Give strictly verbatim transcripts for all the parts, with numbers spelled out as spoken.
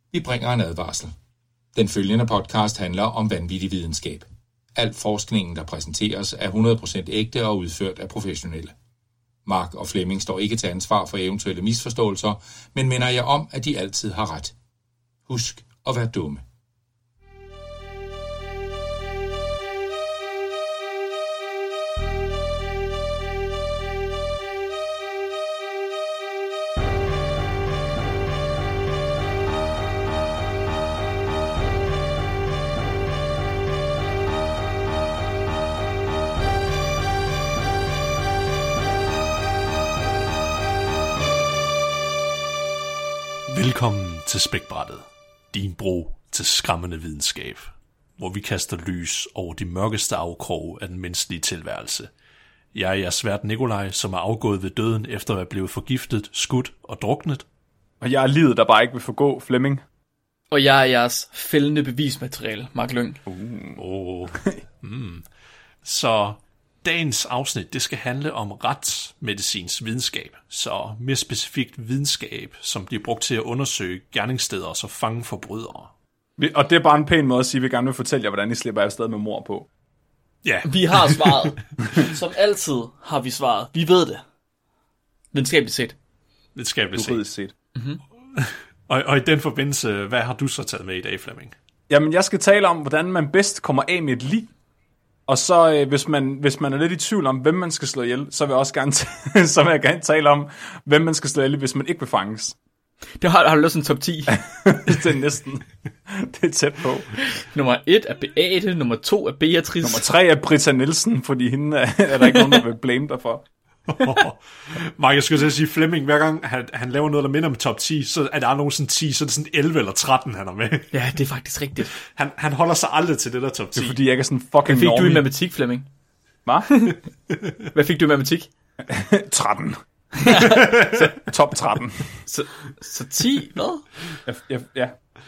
Vi bringer en advarsel. Den følgende podcast handler om vanvittig videnskab. Al forskningen, der præsenteres, er hundrede procent ægte og udført af professionelle. Mark og Flemming står ikke til ansvar for eventuelle misforståelser, men minder jer om, at de altid har ret. Husk at være dumme. Velkommen til Spækbrættet, din bro til skræmmende videnskab, hvor vi kaster lys over de mørkeste afkroge af den menneskelige tilværelse. Jeg er jeres vært Nikolaj, som er afgået ved døden efter at være blevet forgiftet, skudt og druknet. Og jeg er livet, der bare ikke vil forgå, Flemming. Og jeg er jeres fældende bevismateriale, Mark Lyng. Uh. Oh. mm. Så dagens afsnit, det skal handle om retsmedicins videnskab, så mere specifikt videnskab, som bliver brugt til at undersøge gerningssteder og så fange forbrydere. Og det er bare en pæn måde at sige, at vi gerne vil fortælle jer, hvordan I slipper afsted med mord på. Ja. Yeah. Vi har svaret. Som altid har vi svaret. Vi ved det. Videnskabeligt set. Videnskabeligt set. set. Mm-hmm. og, og i den forbindelse, hvad har du så taget med i dag, Flemming? Jamen, jeg skal tale om, hvordan man bedst kommer af med et lig. Og så øh, hvis, man, hvis man er lidt i tvivl om, hvem man skal slå ihjel, så vil jeg også gerne, t- så vil jeg gerne tale om, hvem man skal slå ihjel, hvis man ikke vil fanges. Det har, har du lyst til en top ti. Det er næsten. Det er tæt på. Nummer et er Beate, nummer to er Beatrice. Nummer tre er Britta Nielsen, fordi hende er, er der ikke nogen, der vil blame dig for. Mark, jeg skulle til at sige, Flemming, hver gang han, han laver noget, der minder om top ti, så er der nogen sådan ti, så er det sådan elleve eller tretten, han er med. Ja, det er faktisk rigtigt. Han, han holder sig aldrig til det der top ti. Det er fordi, jeg ikke er sådan fucking Hvad fik normie. du i matematik, Flemming? Hvad? Hvad fik du i matematik? tretten. så, top tretten. Så, så ti? Hvad? Ja. ja, ja.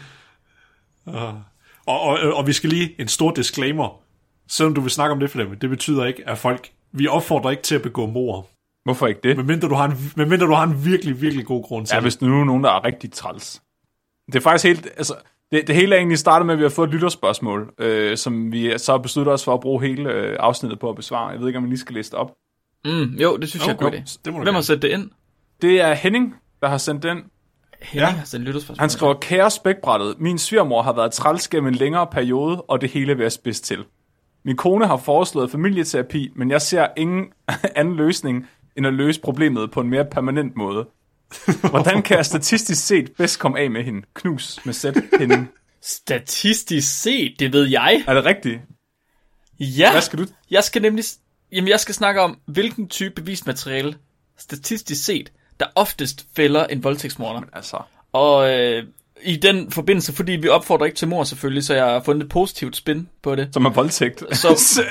Uh, og, og, og vi skal lige en stor disclaimer. Selvom du vil snakke om det, Flemming, det betyder ikke, at folk... Vi opfordrer ikke til at begå mord. Hvorfor ikke det? Medmindre du har en, medmindre du har en virkelig, virkelig god grund til ja, det. hvis nu er nogen, der er rigtig træls. Det er faktisk helt... Altså, det, det hele er egentlig startet med, at vi har fået et lytterspørgsmål, øh, som vi så har besluttet os for at bruge hele øh, afsnittet på at besvare. Jeg ved ikke, om vi lige skal læse det op. Mm, jo, det synes okay. jeg er godt. Det Hvem har sendt det ind? Det er Henning, der har sendt den. Henning ja. har sendt lytterspørgsmål. Han skriver, kære Spækbrættet, min svigermor har været træls gennem en længere periode, og det hele vil jeg spidse til. Min kone har foreslået familieterapi, men jeg ser ingen anden løsning, end at løse problemet på en mere permanent måde. Hvordan kan jeg statistisk set bedst komme af med hende? Knus med sæt Henning. Statistisk set, det ved jeg. Er det rigtigt? Ja. Hvad skal du? Jeg skal nemlig, jamen jeg skal snakke om, hvilken type bevismateriale, statistisk set, der oftest fælder en voldtægtsmorder. Men altså... Og øh, i den forbindelse, fordi vi opfordrer ikke til mord selvfølgelig, så jeg har fundet et positivt spin på det. Som er voldtægt. Så,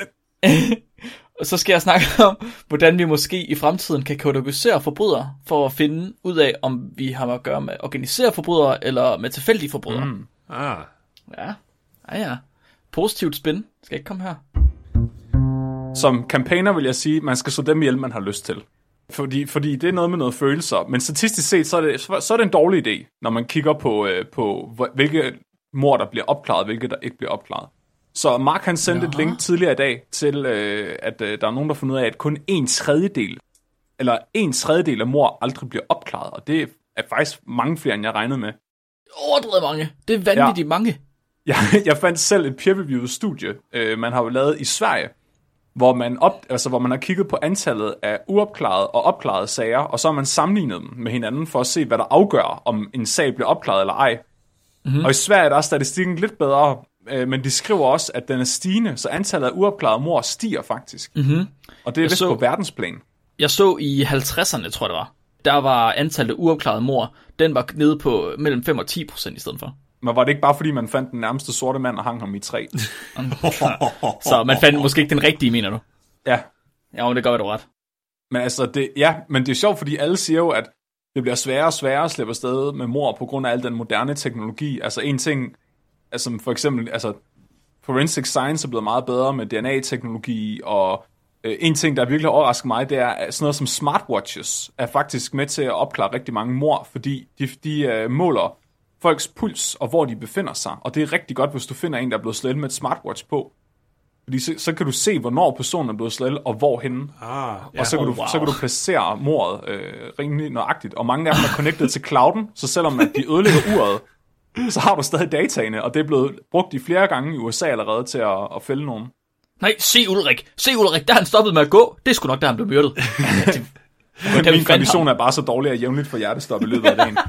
så skal jeg snakke om, hvordan vi måske i fremtiden kan kategorisere forbrydere, for at finde ud af, om vi har at gøre med organiserede forbrydere, eller med tilfældige forbrydere. Mm. Ah. Ja, ja, ja. Positivt spin. Skal ikke komme her. Som campaigner vil jeg sige, man skal slå dem ihjel, man har lyst til. Fordi, fordi det er noget med noget følelser. Men statistisk set, så er det, så er det en dårlig idé, når man kigger på, øh, på hvilke mord, der bliver opklaret, hvilke der ikke bliver opklaret. Så Mark han sendte ja. et link tidligere i dag til, øh, at øh, der er nogen, der har fundet ud af, at kun en tredjedel, eller en tredjedel af mord aldrig bliver opklaret. Og det er faktisk mange flere, end jeg regnede med. Overdrevet mange. Det er vanvittigt ja. mange. Jeg, jeg fandt selv et peer-reviewet studie, øh, man har jo lavet i Sverige, hvor man, op, altså, hvor man har kigget på antallet af uopklarede og opklarede sager, og så har man sammenlignet dem med hinanden for at se, hvad der afgør, om en sag bliver opklaret eller ej. Mm-hmm. Og i Sverige der er statistikken lidt bedre, øh, men de skriver også, at den er stigende, så antallet af uopklarede mord stiger faktisk. Mm-hmm. Og det er vist så, på verdensplan. Jeg så i halvtredserne, tror jeg det var, der var antallet af uopklarede mord, den var nede på mellem fem og ti procent i stedet for. Men var det ikke bare fordi, man fandt den nærmeste sorte mand og hang ham i træ? Så man fandt måske ikke den rigtige, mener du? Ja. Ja, men det gør du ret. Men altså, det, ja, men det er sjovt, fordi alle siger jo, at det bliver sværere og sværere at slippe afsted med mord på grund af al den moderne teknologi. Altså en ting, altså for eksempel, altså forensic science er blevet meget bedre med D N A-teknologi, og øh, en ting, der virkelig overrasker mig, det er sådan noget som smartwatches er faktisk med til at opklare rigtig mange mord, fordi de, de øh, måler folks puls og hvor de befinder sig. Og det er rigtig godt, hvis du finder en, der er blevet slået med et smartwatch på. Fordi så, så kan du se, hvornår personen er blevet slået og hvorhenne. Ah, ja. Og så kan, du, oh, wow. så kan du placere mordet øh, rimelig nøjagtigt. Og mange af dem er connected til clouden, så selvom at de ødelægger uret, så har du stadig dataene, og det er blevet brugt i flere gange i U S A allerede til at, at fælde nogen. Nej, se Ulrik. Se Ulrik, der er han stoppet med at gå. Det er sgu nok, der han blev myrdet. Men min kondition er bare så dårlig, at jævnligt for hjertestop i løbet af dagen.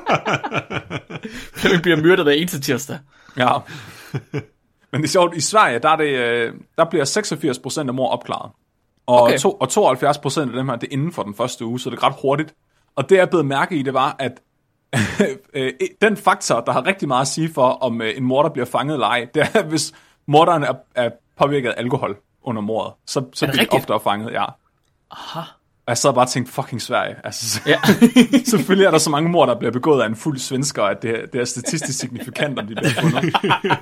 Han bliver myrdet hver eneste tirsdag. Ja. Men det er sjovt, i Sverige, der, er det, der bliver seksogfirs procent af mord opklaret. Og, okay. to, og tooghalvfjerds procent af dem her, det er inden for den første uge, så det er ret hurtigt. Og det jeg blev mærke i, det var, at den faktor, der har rigtig meget at sige for, om en morder bliver fanget eller ej, det er, hvis morderen er, er påvirket af alkohol under mordet, så, så bliver de oftere fanget, ja. Aha. Og jeg sad bare og tænkte, fucking Sverige. Altså, ja. Selvfølgelig er der så mange mord, der bliver begået af en fuld svensker, at det, det er statistisk signifikant, om de bliver fundet.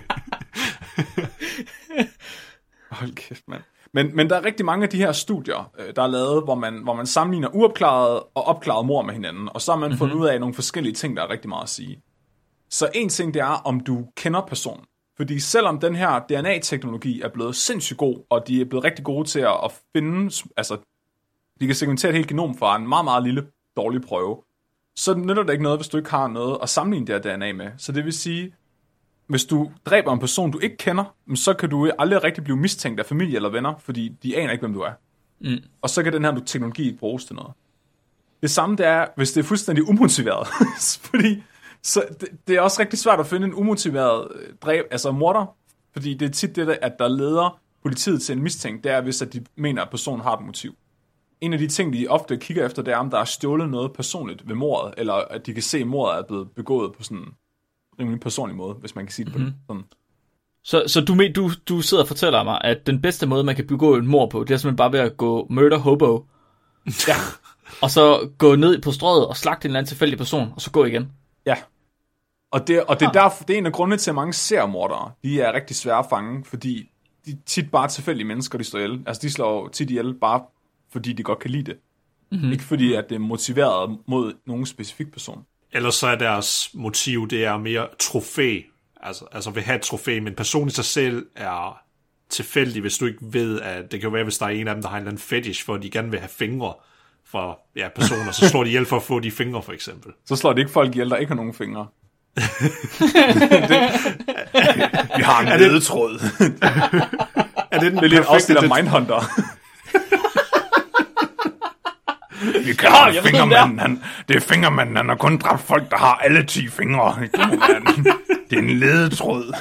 Hold kæft, mand. Men, men der er rigtig mange af de her studier, der er lavet, hvor man, hvor man sammenligner uopklarede og opklarede mord med hinanden, og så har man mm-hmm. fundet ud af nogle forskellige ting, der er rigtig meget at sige. Så en ting, det er, om du kender personen. Fordi selvom den her D N A-teknologi er blevet sindssygt god, og de er blevet rigtig gode til at finde, altså, de kan segmentere et helt genom fra en meget, meget lille, dårlig prøve, så nytter det ikke noget, hvis du ikke har noget at sammenligne det her D N A med. Så det vil sige, hvis du dræber en person, du ikke kender, så kan du aldrig rigtig blive mistænkt af familie eller venner, fordi de aner ikke, hvem du er. Mm. Og så kan den her teknologi ikke bruges til noget. Det samme det er, hvis det er fuldstændig umotiveret. Fordi så det, det er også rigtig svært at finde en umotiveret dræb, altså morder, fordi det er tit det, at der leder politiet til en mistænkt, det er, hvis at de mener, at personen har et motiv. En af de ting, de ofte kigger efter, det er, om der er stjålet noget personligt ved mordet, eller at de kan se, at mordet er blevet begået på sådan en rimelig personlig måde, hvis man kan sige det mm-hmm. på sådan. Så, så du, du, du sidder og fortæller mig, at den bedste måde, man kan begå et mord på, det er simpelthen bare ved at gå murder hobo, ja. og så gå ned på strøget og slagte en eller anden tilfældig person, og så gå igen. Ja. Og det, og det, er, derfor, det er en af grundene til, at mange seriemordere, de er rigtig svære at fange, fordi de er tit bare tilfældige mennesker, de slår ihjel. Altså, de slår tit ihjel bare, fordi de godt kan lide det. Mm-hmm. Ikke fordi, at det er motiveret mod nogen specifik person. Ellers så er deres motiv, det er mere trofæ. Altså, altså vil have et trofæ, men personen i sig selv er tilfældig, hvis du ikke ved, at det kan jo være, hvis der er en af dem, der har en eller anden fetish, for at de gerne vil have fingre fra ja, personer, så slår de ihjel for at få de fingre, for eksempel. Så slår de ikke folk ihjel, der ikke har nogen fingre. det, vi har en ledetråd. Er det den det er lidt også det der Mindhunter. Vi kan ja, fingermanden, han, det er fingermanden, han har kun dræbt folk, der har alle ti fingre. Det er en ledetråd.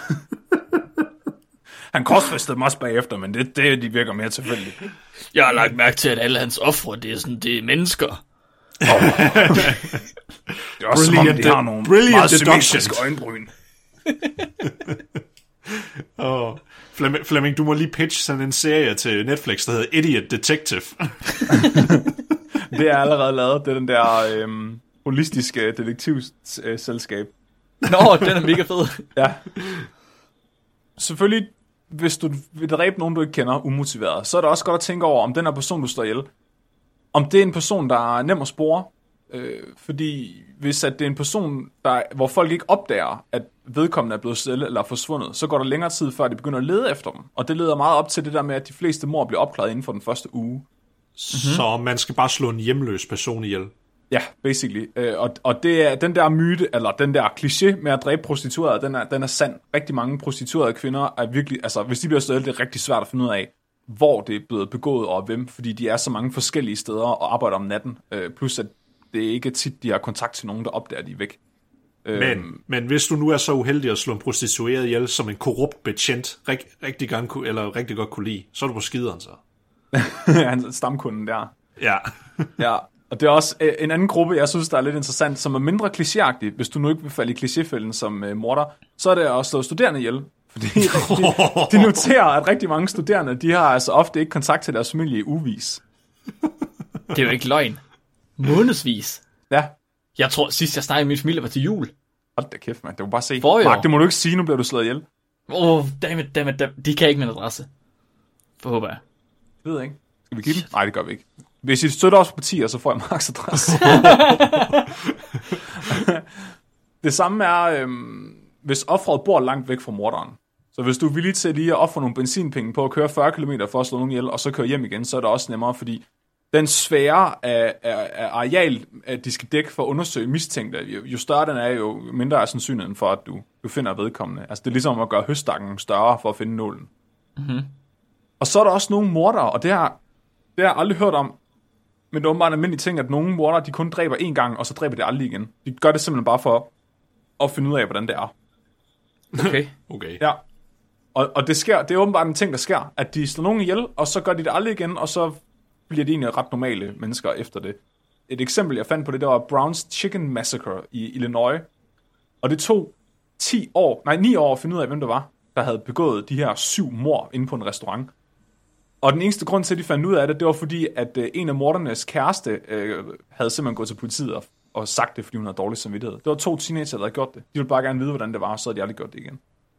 Han korsfæstede dem også bagefter, men det, det de virker mere tilfældigt. Jeg har lagt mærke til, at alle hans ofre, det er sådan, det er mennesker. Oh. Det er også som om, de har nogle meget symmetriske øjenbryn. oh. Flemming, Flemming, du må lige pitche sådan en serie til Netflix, der hedder Idiot Detective. Det er allerede lavet. Det er den der øhm, holistiske detektivselskab. Nå, den er mega fed. Ja. Selvfølgelig, hvis du vil dræbe nogen, du ikke kender, umotiveret, så er det også godt at tænke over, om den her person, du står ihjel, om det er en person, der er nem at spore. Øh, fordi hvis at det er en person, der, hvor folk ikke opdager, at vedkommende er blevet stille eller forsvundet, så går der længere tid, før de begynder at lede efter dem. Og det leder meget op til det der med, at de fleste mord bliver opklaret inden for den første uge. Så man skal bare slå en hjemløs person ihjel. Ja, basically. Øh, og, og det er den der myte, eller den der kliché med at dræbe prostituerede, den er, den er sand. Rigtig mange prostituerede kvinder er virkelig, altså hvis de bliver stille, det er rigtig svært at finde ud af, hvor det er blevet begået og hvem, fordi de er så mange forskellige steder og arbejder om natten. Øh, plus at det er ikke tit, de har kontakt til nogen, der opdager, de er væk. Men, øhm, men hvis du nu er så uheldig at slå en prostitueret ihjel, som en korrupt betjent rigt, rigtig, gerne, eller rigtig godt kunne lide, så er du på skideren så. Han stamkunden der. Ja. Ja, og det er også øh, en anden gruppe, jeg synes, der er lidt interessant, som er mindre klichéagtig, hvis du nu ikke vil falde i klichéfælden som øh, morder, så er det at slå studerende ihjel. Fordi de, de noterer, at rigtig mange studerende, de har altså ofte ikke kontakt til deres familie i ugevis. Det er jo ikke løgn. Månedsvis. Ja. Jeg tror, sidst jeg snakkede med min familie var til jul. Hold da kæft, man. Det må bare se. Forrige Mark, år. det må du ikke sige, nu bliver du slået ihjel. Åh, oh, dammit, dammit, dammit. De kan ikke min adresse. Forhåber jeg. Det ved jeg ikke. Skal vi give dem? Nej, det gør vi ikke. Hvis I støtter os på partier, så får jeg Marks adresse. Det samme er, øhm, hvis offeret bor langt væk fra morderen. Så hvis du er villig til lige at ofre nogle benzinpenge på at køre fyrre kilometer for at slå nogen ihjel, og så køre hjem igen, så er det også nemmere, fordi den sfære af, af, af areal, at de skal dække for at undersøge mistænkte, jo, jo større den er, jo mindre er sandsynligheden for, at du, du finder vedkommende. Altså det er ligesom at gøre høstakken større for at finde nålen. Mm-hmm. Og så er der også nogle mordere, og det har, det har jeg aldrig hørt om, men det er åbenbart en almindelig ting, at nogle mordere, de kun dræber én gang, og så dræber de aldrig igen. De gør det simpelthen bare for at finde ud af, hvordan det er. Okay. okay. Ja. Og, og det sker, det er åbenbart en ting, der sker, at de slår nogen ihjel, og så gør de det aldrig igen, og så bliver de egentlig ret normale mennesker efter det. Et eksempel, jeg fandt på det, der var Brown's Chicken Massacre i Illinois. Og det tog ti år, nej ni år at finde ud af, hvem det var, der havde begået de her syv mord inde på en restaurant. Og den eneste grund til, at de fandt ud af det, det var fordi, at øh, en af mordernes kæreste øh, havde simpelthen gået til politiet og, og sagt det, fordi hun havde dårlig samvittighed. Det var to teenager, der havde gjort det. De ville bare gerne vide, hvordan det var, og så havde de aldrig gjort det igen.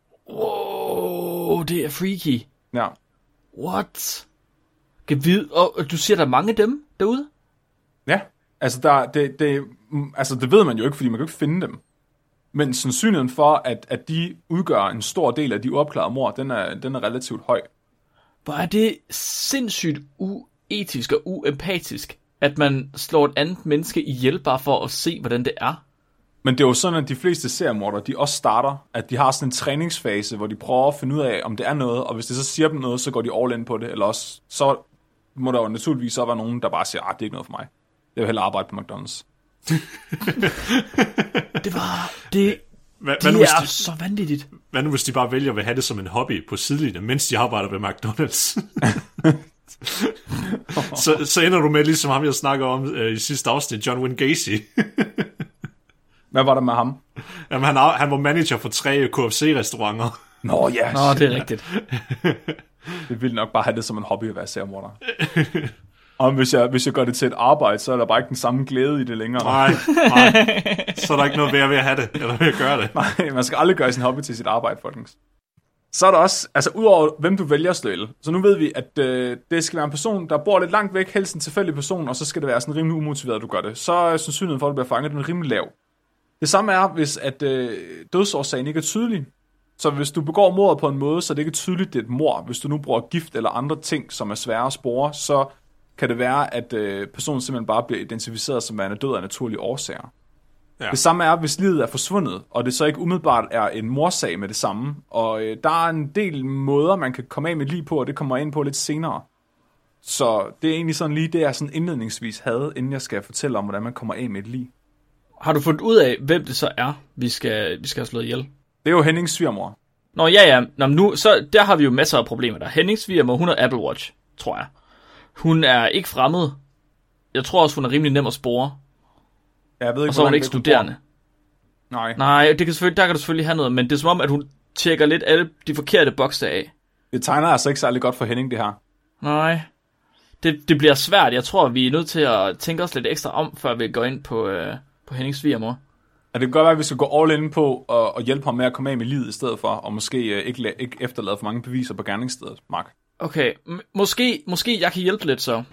Wow, det er freaky. Ja. What? Gevid, og du siger, der er mange af dem derude? Ja, altså, der, det, det, altså det ved man jo ikke, fordi man kan jo ikke finde dem. Men sandsynligheden for, at, at de udgør en stor del af de uopklarede mord, den er, den er relativt høj. Hvor er det sindssygt uetisk og uempatisk, at man slår et andet menneske ihjel bare for at se, hvordan det er. Men det er jo sådan, at de fleste seriemordere, de også starter, at de har sådan en træningsfase, hvor de prøver at finde ud af, om det er noget, og hvis det så siger dem noget, så går de all in på det, eller også, så må der jo naturligvis så være nogen, der bare siger, ah, det er ikke noget for mig. Jeg vil hellere arbejde på McDonald's. Det var, det, Hva, det hvad nu, er de, så vanvittigt. Hvad nu, hvis de bare vælger at have det som en hobby på sidelinjen, mens de arbejder ved McDonald's? så, så ender du med, ligesom ham, jeg snakker om øh, i sidste afsnit, John Wayne Gacy. Hvad var der med ham? Jamen, han, han var manager for tre K F C-restauranter. Nå, ja. Nå, det er rigtigt. Det ville nok bare have det som en hobby at være seriemorder. Og hvis jeg, hvis jeg gør det til et arbejde, så er der bare ikke den samme glæde i det længere. Nej, nej. Så er der ikke noget værd ved at have det, eller ved at gøre det. Nej, man skal aldrig gøre sin hobby til sit arbejde, folkens. Så er der også, altså udover hvem du vælger at slå ihjel, så nu ved vi, at øh, det skal være en person, der bor lidt langt væk, helst en tilfældig person, og så skal det være sådan rimelig umotiveret, at du gør det. Så er sandsynligheden for, at du bliver fanget, den rimelig lav. Det samme er, hvis at øh, dødsårsagen ikke er tydelig. Så hvis du begår mordet på en måde, så det ikke er tydeligt, det er et mord. Hvis du nu bruger gift eller andre ting, som er svære at spore, så kan det være, at øh, personen simpelthen bare bliver identificeret som værende død af naturlige årsager. Ja. Det samme er, hvis livet er forsvundet, og det så ikke umiddelbart er en mordsag med det samme. Og øh, der er en del måder, man kan komme af med liv på, og det kommer jeg ind på lidt senere. Så det er egentlig sådan lige det, jeg sådan indledningsvis havde, inden jeg skal fortælle om, hvordan man kommer af med et liv. Har du fundet ud af, hvem det så er, vi skal, vi skal have slået ihjel? Det er jo Hennings svigermor. Nå ja, ja. Nå, nu, så der har vi jo masser af problemer der. Hennings svigermor, hun er Apple Watch, tror jeg. Hun er ikke fremmed. Jeg tror også, hun er rimelig nem at spore. Ja, jeg ved ikke, og så er hun ikke studerende. Nej. Nej, det kan selvfølgelig, der kan du selvfølgelig have noget, men det er som om, at hun tjekker lidt alle de forkerte bokser af. Det tegner altså ikke særlig godt for Henning, det her. Nej. Det, det bliver svært. Jeg tror, vi er nødt til at tænke os lidt ekstra om, før vi går ind på, øh, på Hennings svigermor. Ja, det kan godt være, at vi skal gå all in på og, og hjælpe ham med at komme af med livet i stedet for, og måske øh, ikke, ikke efterlade for mange beviser på gerningsstedet, Mark. Okay, M- måske, måske jeg kan hjælpe lidt så.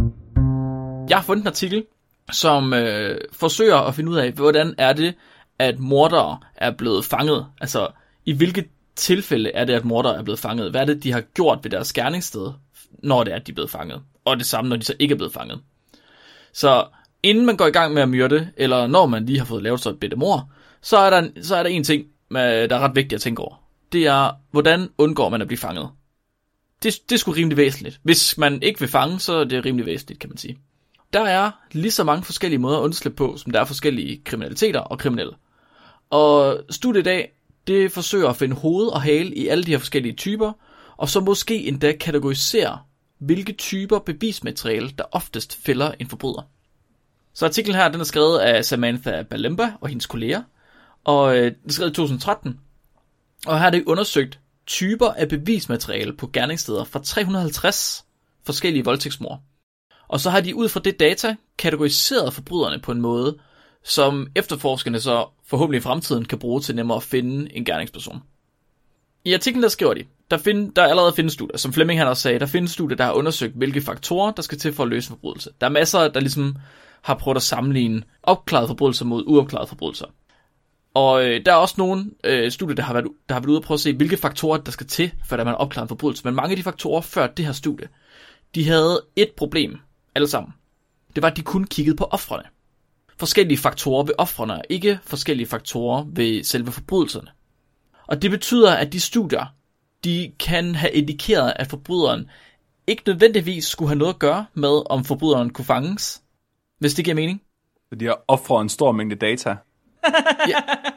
Jeg har fundet en artikel, som øh, forsøger at finde ud af, hvordan er det, at mordere er blevet fanget. Altså, i hvilke tilfælde er det, at mordere er blevet fanget? Hvad er det, de har gjort ved deres gerningssted, når det er, at de er blevet fanget? Og det samme, når de så ikke er blevet fanget. Så inden man går i gang med at myrde, eller når man lige har fået lavet så et bitte mord, så er der en, så er der en ting, der er ret vigtigt at tænke over. Det er, hvordan undgår man at blive fanget? Det, det er sgu rimelig væsentligt. Hvis man ikke vil fange, så er det rimelig væsentligt, kan man sige. Der er lige så mange forskellige måder at undslippe på, som der er forskellige kriminaliteter og kriminelle. Og studiet i dag, det forsøger at finde hoved og hale i alle de her forskellige typer, og så måske endda kategorisere, hvilke typer bevismateriale, der oftest fælder en forbryder. Så artiklen her, den er skrevet af Samantha Balemba og hendes kolleger, og øh, den er skrevet i to tusind og tretten. Og her er det undersøgt typer af bevismateriale på gerningssteder fra tre hundrede og halvtreds forskellige voldtægtsmord. Og så har de ud fra det data kategoriseret forbryderne på en måde, som efterforskerne så forhåbentlig i fremtiden kan bruge til nemmere at finde en gerningsperson. I artiklen der skriver de, der, find, der allerede findes studier, som Flemming han også sagde, der findes studier, der har undersøgt, hvilke faktorer, der skal til for at løse forbrydelse. Der er masser, der ligesom har prøvet at sammenligne opklarede forbrydelser mod uopklarede forbrydelser. Og øh, der er også nogle øh, studier, der har, været, der har været ude og prøve at se, hvilke faktorer, der skal til, før der man opklarer en forbrydelse. Men mange af de faktorer før det her studie, de havde et problem, alle sammen. Det var, at de kun kiggede på ofrene. Forskellige faktorer ved ofrene, ikke forskellige faktorer ved selve forbrydelserne. Og det betyder, at de studier, de kan have indikeret, at forbryderen ikke nødvendigvis skulle have noget at gøre med, om forbryderen kunne fanges. Hvis det giver mening. Så de har offret en stor mængde data. Ja.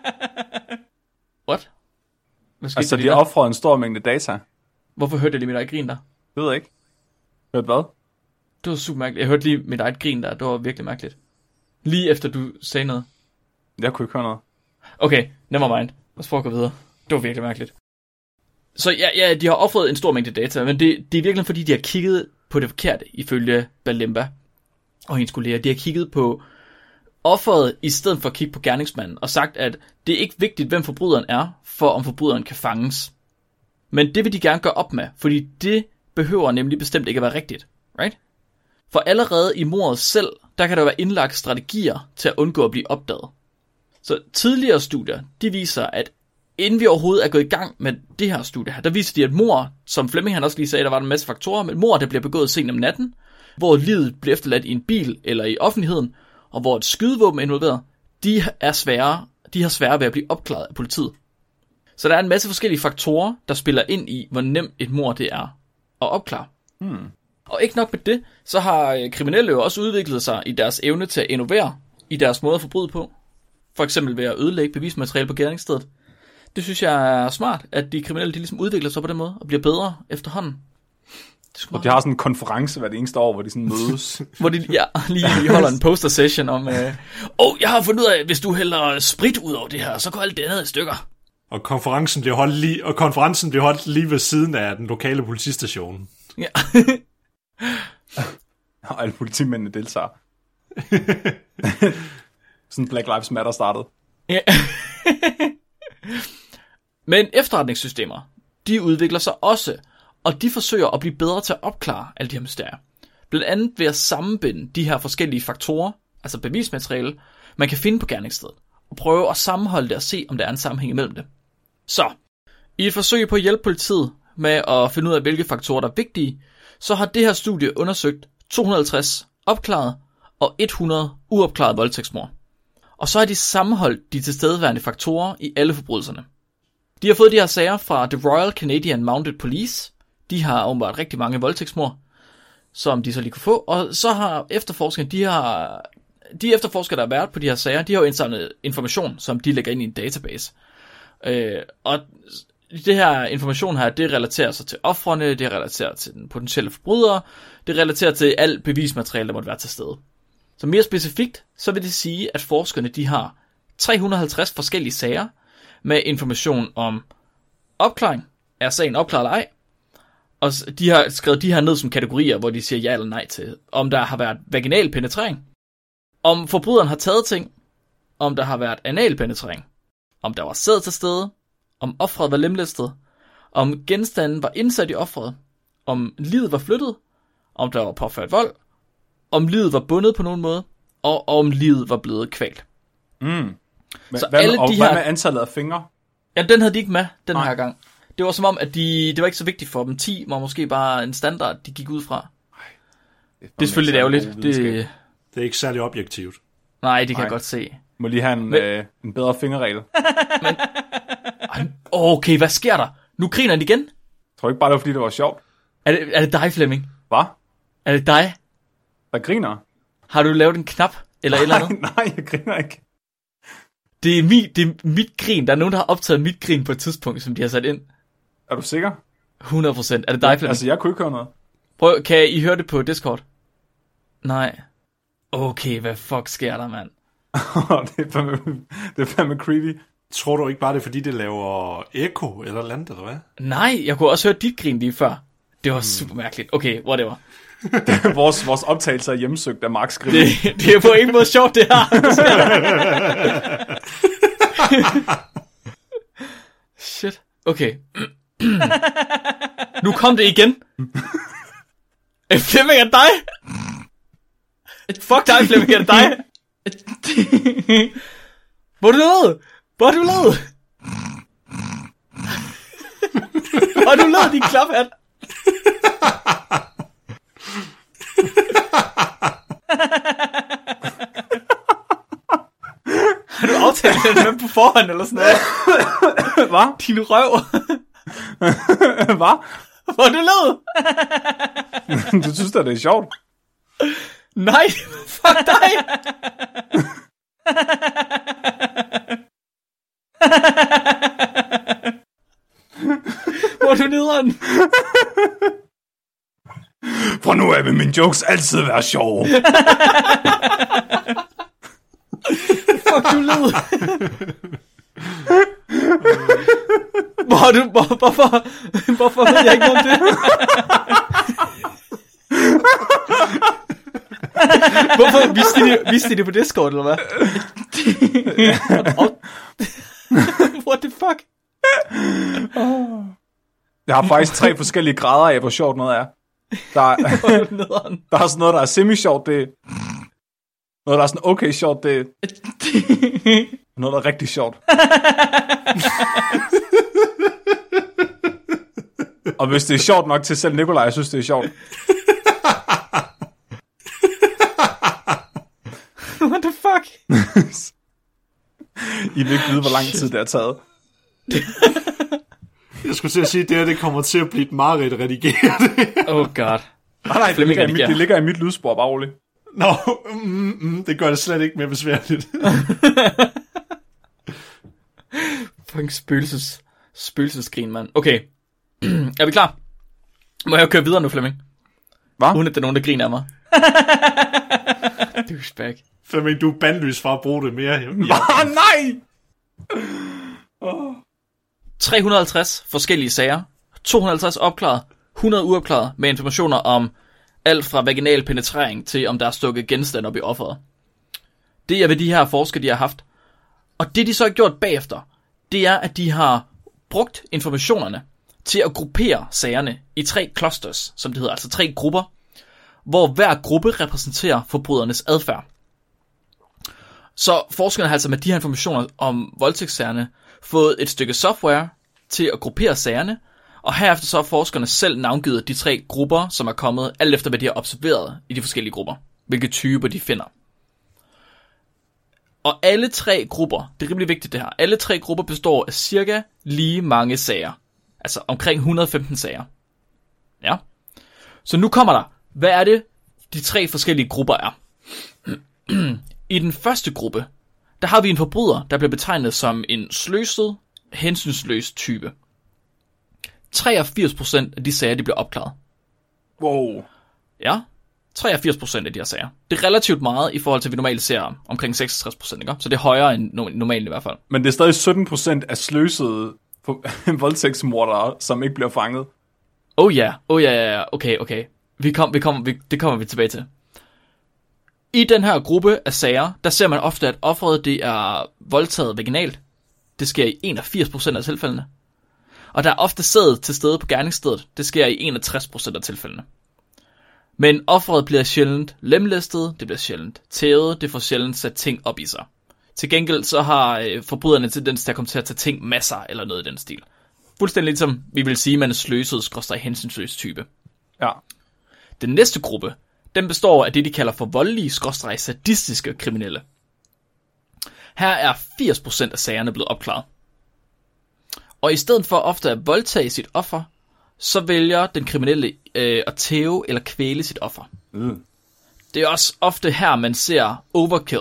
What? Altså, de har offret en stor mængde data. Hvorfor hørte jeg lige mit eget grin der? Det ved jeg ikke. Hørte hvad? Det var super mærkeligt. Jeg hørte lige mit eget grin der. Det var virkelig mærkeligt. Lige efter du sagde noget. Jeg kunne ikke høre noget. Okay, never mind. Lad os prøve at gå videre. Det var virkelig mærkeligt. Så ja, ja, de har offret en stor mængde data, men det, det er virkelig fordi, de har kigget på det forkerte, ifølge Balemba og hendes kolleger. De har kigget på offeret, i stedet for at kigge på gerningsmanden, og sagt, at det er ikke vigtigt, hvem forbryderen er, for om forbryderen kan fanges. Men det vil de gerne gøre op med, fordi det behøver nemlig bestemt ikke at være rigtigt. Right? For allerede i mordet selv, der kan der være indlagt strategier til at undgå at blive opdaget. Så tidligere studier, de viser, at inden vi overhovedet er gået i gang med det her studie her, der viser de, at mord, som Flemming han også lige sagde, der var en masse faktorer, men mord, der bliver begået sent om natten, hvor livet bliver efterladt i en bil eller i offentligheden, og hvor et skydevåben er involveret, de er svære, de har svære ved at blive opklaret af politiet. Så der er en masse forskellige faktorer, der spiller ind i, hvor nemt et mord det er at opklare. Hmm. Og ikke nok med det, så har kriminelle jo også udviklet sig i deres evne til at innovere i deres måde at forbryde på. For eksempel ved at ødelægge bevismateriale på gerningsstedet. Det synes jeg er smart, at de kriminelle de ligesom udvikler sig på den måde og bliver bedre efterhånden. Og de har sådan en konference hver det eneste år, hvor de sådan mødes. Hvor de ja, lige holder en poster session om, åh, øh, oh, jeg har fundet ud af, at hvis du hælder sprit ud over det her, så går alt det andet i stykker. Og konferencen bliver holdt lige, og konferencen bliver holdt lige ved siden af den lokale politistation. Ja. Og alle politimændene deltager. Sådan Black Lives Matter startede. Ja. Men efterretningssystemer, de udvikler sig også, og de forsøger at blive bedre til at opklare alle de her mysterier. Blandt andet ved at sammenbinde de her forskellige faktorer, altså bevismateriale, man kan finde på gerningsstedet, og prøve at sammenholde det og se, om der er en sammenhæng imellem det. Så, i et forsøg på at hjælpe politiet med at finde ud af, hvilke faktorer der er vigtige, så har det her studie undersøgt to hundrede og halvtreds opklarede og hundrede uopklarede voldtægtsmord. Og så har de sammenholdt de tilstedeværende faktorer i alle forbrydelserne. De har fået de her sager fra The Royal Canadian Mounted Police. De har åbenbart rigtig mange voldtægtsmord, som de så lige kunne få. Og så har efterforskerne, de har de efterforskere, der har været på de her sager, de har jo indsamlet information, som de lægger ind i en database. Øh, og det her information her, det relaterer sig til ofrene, det relaterer til den potentielle forbrydere, det relaterer til alt bevismateriale, der måtte være til stede. Så mere specifikt, så vil det sige, at forskerne de har tre hundrede og halvtreds forskellige sager med information om opklaring, er sagen opklaret eller ej, og de har skrevet de her ned som kategorier, hvor de siger ja eller nej til, om der har været vaginal penetrering, om forbryderen har taget ting, om der har været anal penetrering, om der var sæd til stede, om offeret var lemlæstet, om genstanden var indsat i offeret, om livet var flyttet, om der var påført vold, om livet var bundet på nogen måde, og om livet var blevet kvalt. Mm. Men, så hvad, alle og de hvad her... med antallet af fingre? Ja, den havde de ikke med den Nej. her gang. Det var som om, at de, det var ikke så vigtigt for dem. ti var måske bare en standard, de gik ud fra. Det er, det er selvfølgelig lidt ærgerligt. Det... det er ikke særlig objektivt. Nej, det kan Nej. jeg godt se. Må lige have en, Men... øh, en bedre fingerregel. Men... Okay, hvad sker der? Nu griner han igen. Jeg tror ikke bare, det var fordi, det var sjovt. Er det, er det dig, Flemming? Hvad? Er det dig? Der griner? Har du lavet en knap? Eller nej, et eller andet? nej, jeg griner ikke. Det er, mit, det er mit grin. Der er nogen, der har optaget mit grin på et tidspunkt, som de har sat ind. Er du sikker? hundrede procent. Er det dig, Flemming? Altså, jeg kunne ikke høre noget. Prøv, kan I høre det på Discord? Nej. Okay, hvad fuck sker der, mand? det, er fandme, det er fandme creepy. Tror du ikke bare, det er fordi, det laver ekko eller andet, eller hvad? Nej, jeg kunne også høre dit grin lige før. Det var hmm. super mærkeligt. Okay, whatever. vores, vores optagelse er hjemsøgt af Marks grin. Det, det er på ingen måde sjovt, det her. Shit. Okay. Nu kom det igen. Flemming, er det dig? Fuck dig, Flemming, er det dig? Hvor er du nede? Hvor er du lavet? Hvor er du lavet, din klaphat? Har du aftalt den med på forhånd, eller sådan noget? Hvad? Din røv. Hvad? Hvor er du lavet? Du synes da, det er sjovt? Nej, fuck dig. Hvor er du nederen? Fra nu af vil mine jokes altid være sjove. Fuck, du led. Hvor er du, hvor, hvorfor, hvorfor ved jeg ikke noget om det? Hvorfor viste de, viste de det på Discord, eller hvad? What the fuck? Jeg har faktisk tre forskellige grader af, hvor sjovt noget er. Der er, der er sådan noget, der er semi-sjovt, det er noget, der er sådan okay sjovt, det er noget, der er rigtig sjovt. Og hvis det er sjovt nok til selv Nikolaj, jeg synes, det er sjovt. What the fuck? I vil ikke vide, hvor lang tid det har taget. Jeg skulle til at sige, at det her det kommer til at blive et mareridt redigeret. Oh god. Nej, nej, det ligger, i mit, det ligger i mit lydspor, bare roligt. Nå, no, mm, mm, det gør det slet ikke mere besværligt. Fucking spøgelses, spøgelsesgrin, mand. Okay, er vi klar? Må jeg køre videre nu, Flemming? Hvad? Uden at der er nogen, der griner af mig. Douchebag. Flemming, du er bandløs fra at bruge det mere. Ja. Ah, nej! Oh. tre hundrede og halvtreds forskellige sager, to hundrede og halvtreds opklaret, hundrede uopklaret med informationer om alt fra vaginal penetrering til om der er stukket genstand op i offeret. Det er, hvad de her forskere de har haft. Og det de så har gjort bagefter, det er, at de har brugt informationerne til at gruppere sagerne i tre clusters, som det hedder, altså tre grupper, hvor hver gruppe repræsenterer forbrydernes adfærd. Så forskerne har altså med de her informationer om voldtægtssagerne fået et stykke software til at gruppere sagerne, og herefter så har forskerne selv navngivet de tre grupper, som er kommet, alt efter hvad de har observeret i de forskellige grupper, hvilke typer de finder. Og alle tre grupper, det er rimelig vigtigt det her, alle tre grupper består af cirka lige mange sager, altså omkring et hundrede og femten sager. Ja. Så nu kommer der, hvad er det, de tre forskellige grupper er? I den første gruppe, der har vi en forbryder, der bliver betegnet som en sløset, hensynsløs type. treogfirs procent af de sager, de bliver opklaret. Wow. Ja, treogfirs procent af de her sager. Det er relativt meget i forhold til, at vi normalt ser omkring seksogtres procent, ikke? Så det er højere end normalt i hvert fald. Men det er stadig sytten procent af sløsede voldtægtsmordere, som ikke bliver fanget. Oh ja, yeah. oh ja, yeah, okay, okay. Vi kom, vi kom, vi, det kommer vi tilbage til. I den her gruppe af sager, der ser man ofte, at offeret det er voldtaget vaginalt. Det sker i enogfirs procent af tilfældene. Og der er ofte sæd til stede på gerningsstedet. Det sker i enogtres procent af tilfældene. Men offeret bliver sjældent lemlæstet, det bliver sjældent tævet, det får sjældent sat ting op i sig. Til gengæld så har øh, forbryderne tendens til at komme til at tage ting masser eller noget i den stil. Fuldstændig ligesom vi vil sige, at man er sløset, skråstreg hensynsløs type. Ja. Den næste gruppe, den består af det, de kalder for voldelige, skråstreg sadistiske kriminelle. Her er firs procent af sagerne blevet opklaret. Og i stedet for ofte at voldtage sit offer, så vælger den kriminelle øh, at tæve eller kvæle sit offer. Mm. Det er også ofte her, man ser overkill.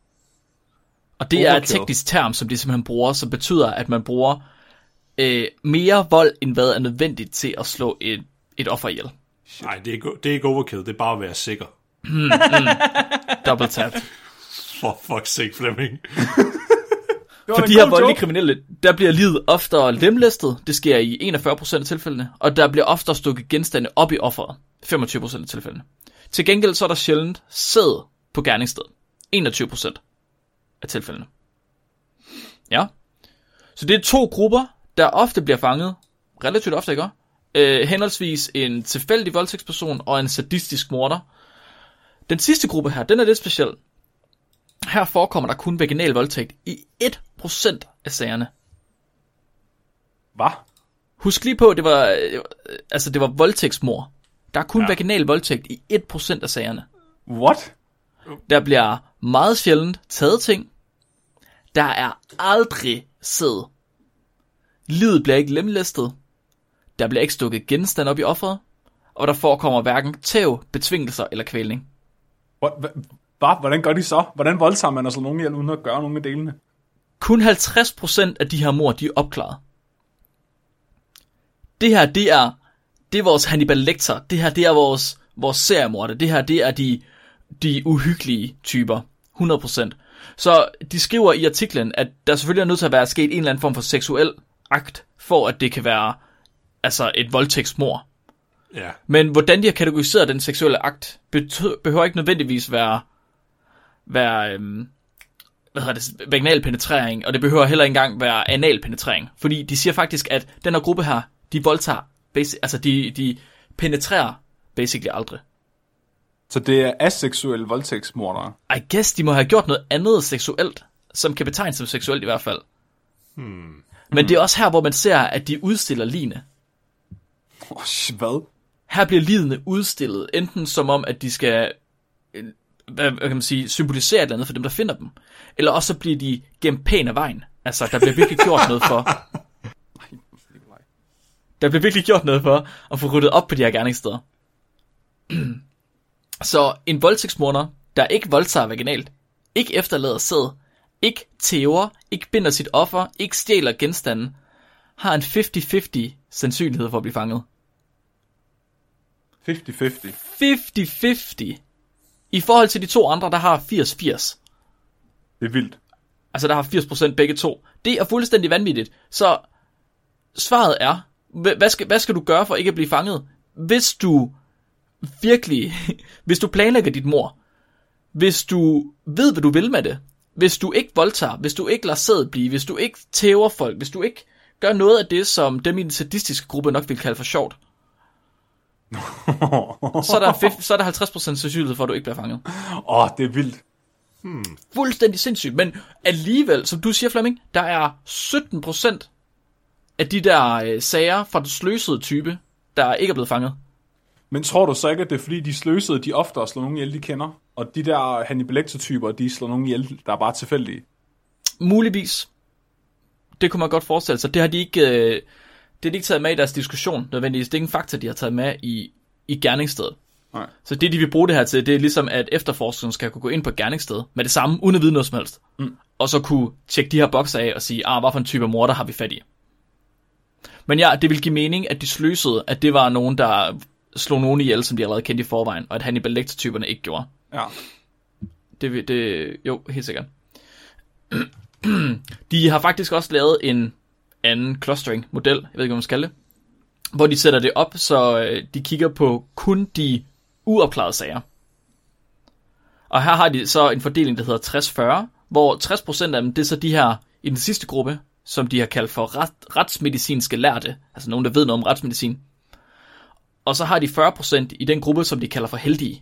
Og det overkill. er et teknisk term, som de simpelthen bruger, som betyder, at man bruger øh, mere vold, end hvad er nødvendigt til at slå et, et offer ihjel. Nej, det er, det er ikke overkill, det er bare at være sikker. Mm, mm. Double tap. For fuck's sake, Flemming. For de her voldelige kriminelle, der bliver livet oftere lemlæstet, det sker i enogfyrre procent af tilfældene, og der bliver oftere stukket genstande op i offeret, femogtyve procent af tilfældene. Til gengæld så er der sjældent sæd på gerningsstedet, enogtyve procent af tilfældene. Ja, så det er to grupper, der ofte bliver fanget, relativt ofte, ikke? Øh, henholdsvis en tilfældig voldtægtsperson og en sadistisk morder. Den sidste gruppe her, den er lidt speciel. Her forekommer der kun vaginal voldtægt i et procent af sagerne. Hvad? Husk lige på, det var, altså det var voldtægtsmord. Der er kun ja. vaginal voldtægt i et procent af sagerne. What? Der bliver meget sjældent taget ting. Der er aldrig sæd. Livet bliver ikke lemlæstet. Der bliver ikke stukket genstand op i offeret. Og der forekommer hverken tæv, betvingelser eller kvælning. Hvad? Hvordan gør de så? Hvordan voldtager man altså nogen ihjel uden at gøre nogen af delene? Kun halvtreds procent af de her mord, de er opklaret. Det her, det er, det er vores Hannibal Lecter. Det her, det er vores, vores seriemorder. Det her, det er de, de uhyggelige typer. hundrede procent. Så de skriver i artiklen, at der selvfølgelig er nødt til at være sket en eller anden form for seksuel akt, for at det kan være altså et voldtægtsmord. Ja. Men hvordan de har kategoriseret den seksuelle akt, behøver ikke nødvendigvis være, være øhm, hvad hedder det, vaginal penetrering, og det behøver heller ikke engang være anal penetrering. Fordi de siger faktisk, at den her gruppe her, de voldtager, basic, altså de, de penetrerer basically aldrig. Så det er aseksuelle voldtægtsmordere? I guess de må have gjort noget andet seksuelt, som kan betegnes som seksuelt i hvert fald. Hmm. Men det er også her, hvor man ser, at de udstiller ligene. Oh, hvad? Her bliver ligene udstillet, enten som om, at de skal hvad, hvad kan man sige, symbolisere et eller andet for dem, der finder dem. Eller også så bliver de gemt pæn af vejen. Altså, der bliver virkelig gjort noget for... Der bliver virkelig gjort noget for at få ryddet op på de her gerningssteder. Så en voldtægtsmorder, der ikke voldtager vaginalt, ikke efterlader sæd, ikke tæver, ikke binder sit offer, ikke stjæler genstanden, har en halvtreds halvtreds sandsynlighed for at blive fanget. halvtreds halvtreds halvtreds halvtreds I forhold til de to andre, der har firs firs. Det er vildt. Altså, der har firs procent begge to. Det er fuldstændig vanvittigt. Så svaret er, hvad skal, hvad skal du gøre for ikke at blive fanget? Hvis du virkelig, hvis du planlægger dit mord, hvis du ved, hvad du vil med det, hvis du ikke voldtager, hvis du ikke lader sæd blive, hvis du ikke tæver folk, hvis du ikke gør noget af det, som dem i den sadistiske gruppe nok vil kalde for sjovt, så, er der, så er der halvtreds procent sandsynlighed for, at du ikke bliver fanget. Åh, oh, det er vildt. Hmm. Fuldstændig sindssygt, men alligevel, som du siger, Flemming, der er sytten procent af de der øh, sager fra den sløsede type, der ikke er blevet fanget. Men tror du så ikke, at det er fordi, de sløsede, de ofte slår nogen ihjel, de kender? Og de der Hannibal Lecter-typer, de slår nogen ihjel, der er bare tilfældige? Muligvis. Det kunne man godt forestille sig. Det har de ikke, øh, det har de ikke taget med i deres diskussion, nødvendigvis. Det er ikke en fakta, de har taget med i, i gerningsstedet. Nej. Så det, de vil bruge det her til, det er ligesom, at efterforskeren skal kunne gå ind på et gerningssted med det samme, uden at vide noget som helst. Mm. Og så kunne tjekke de her bokser af og sige, ah, hvad for en type morder har vi fat i? Men ja, det vil give mening, at de sløsede, at det var nogen, der slog nogen ihjel, som de allerede kendte i forvejen, og at Hannibal Lecter-typerne ikke gjorde. Ja. Det, det, jo, helt sikkert. De har faktisk også lavet en anden clustering-model, jeg ved ikke, hvad man skal det, hvor de sætter det op, så de kigger på kun de uopklarede sager. Og her har de så en fordeling, der hedder tres fyrre, hvor tres procent af dem, det er så de her, i den sidste gruppe, som de har kaldt for ret, retsmedicinske lærte, altså nogen, der ved noget om retsmedicin. Og så har de fyrre procent i den gruppe, som de kalder for heldige,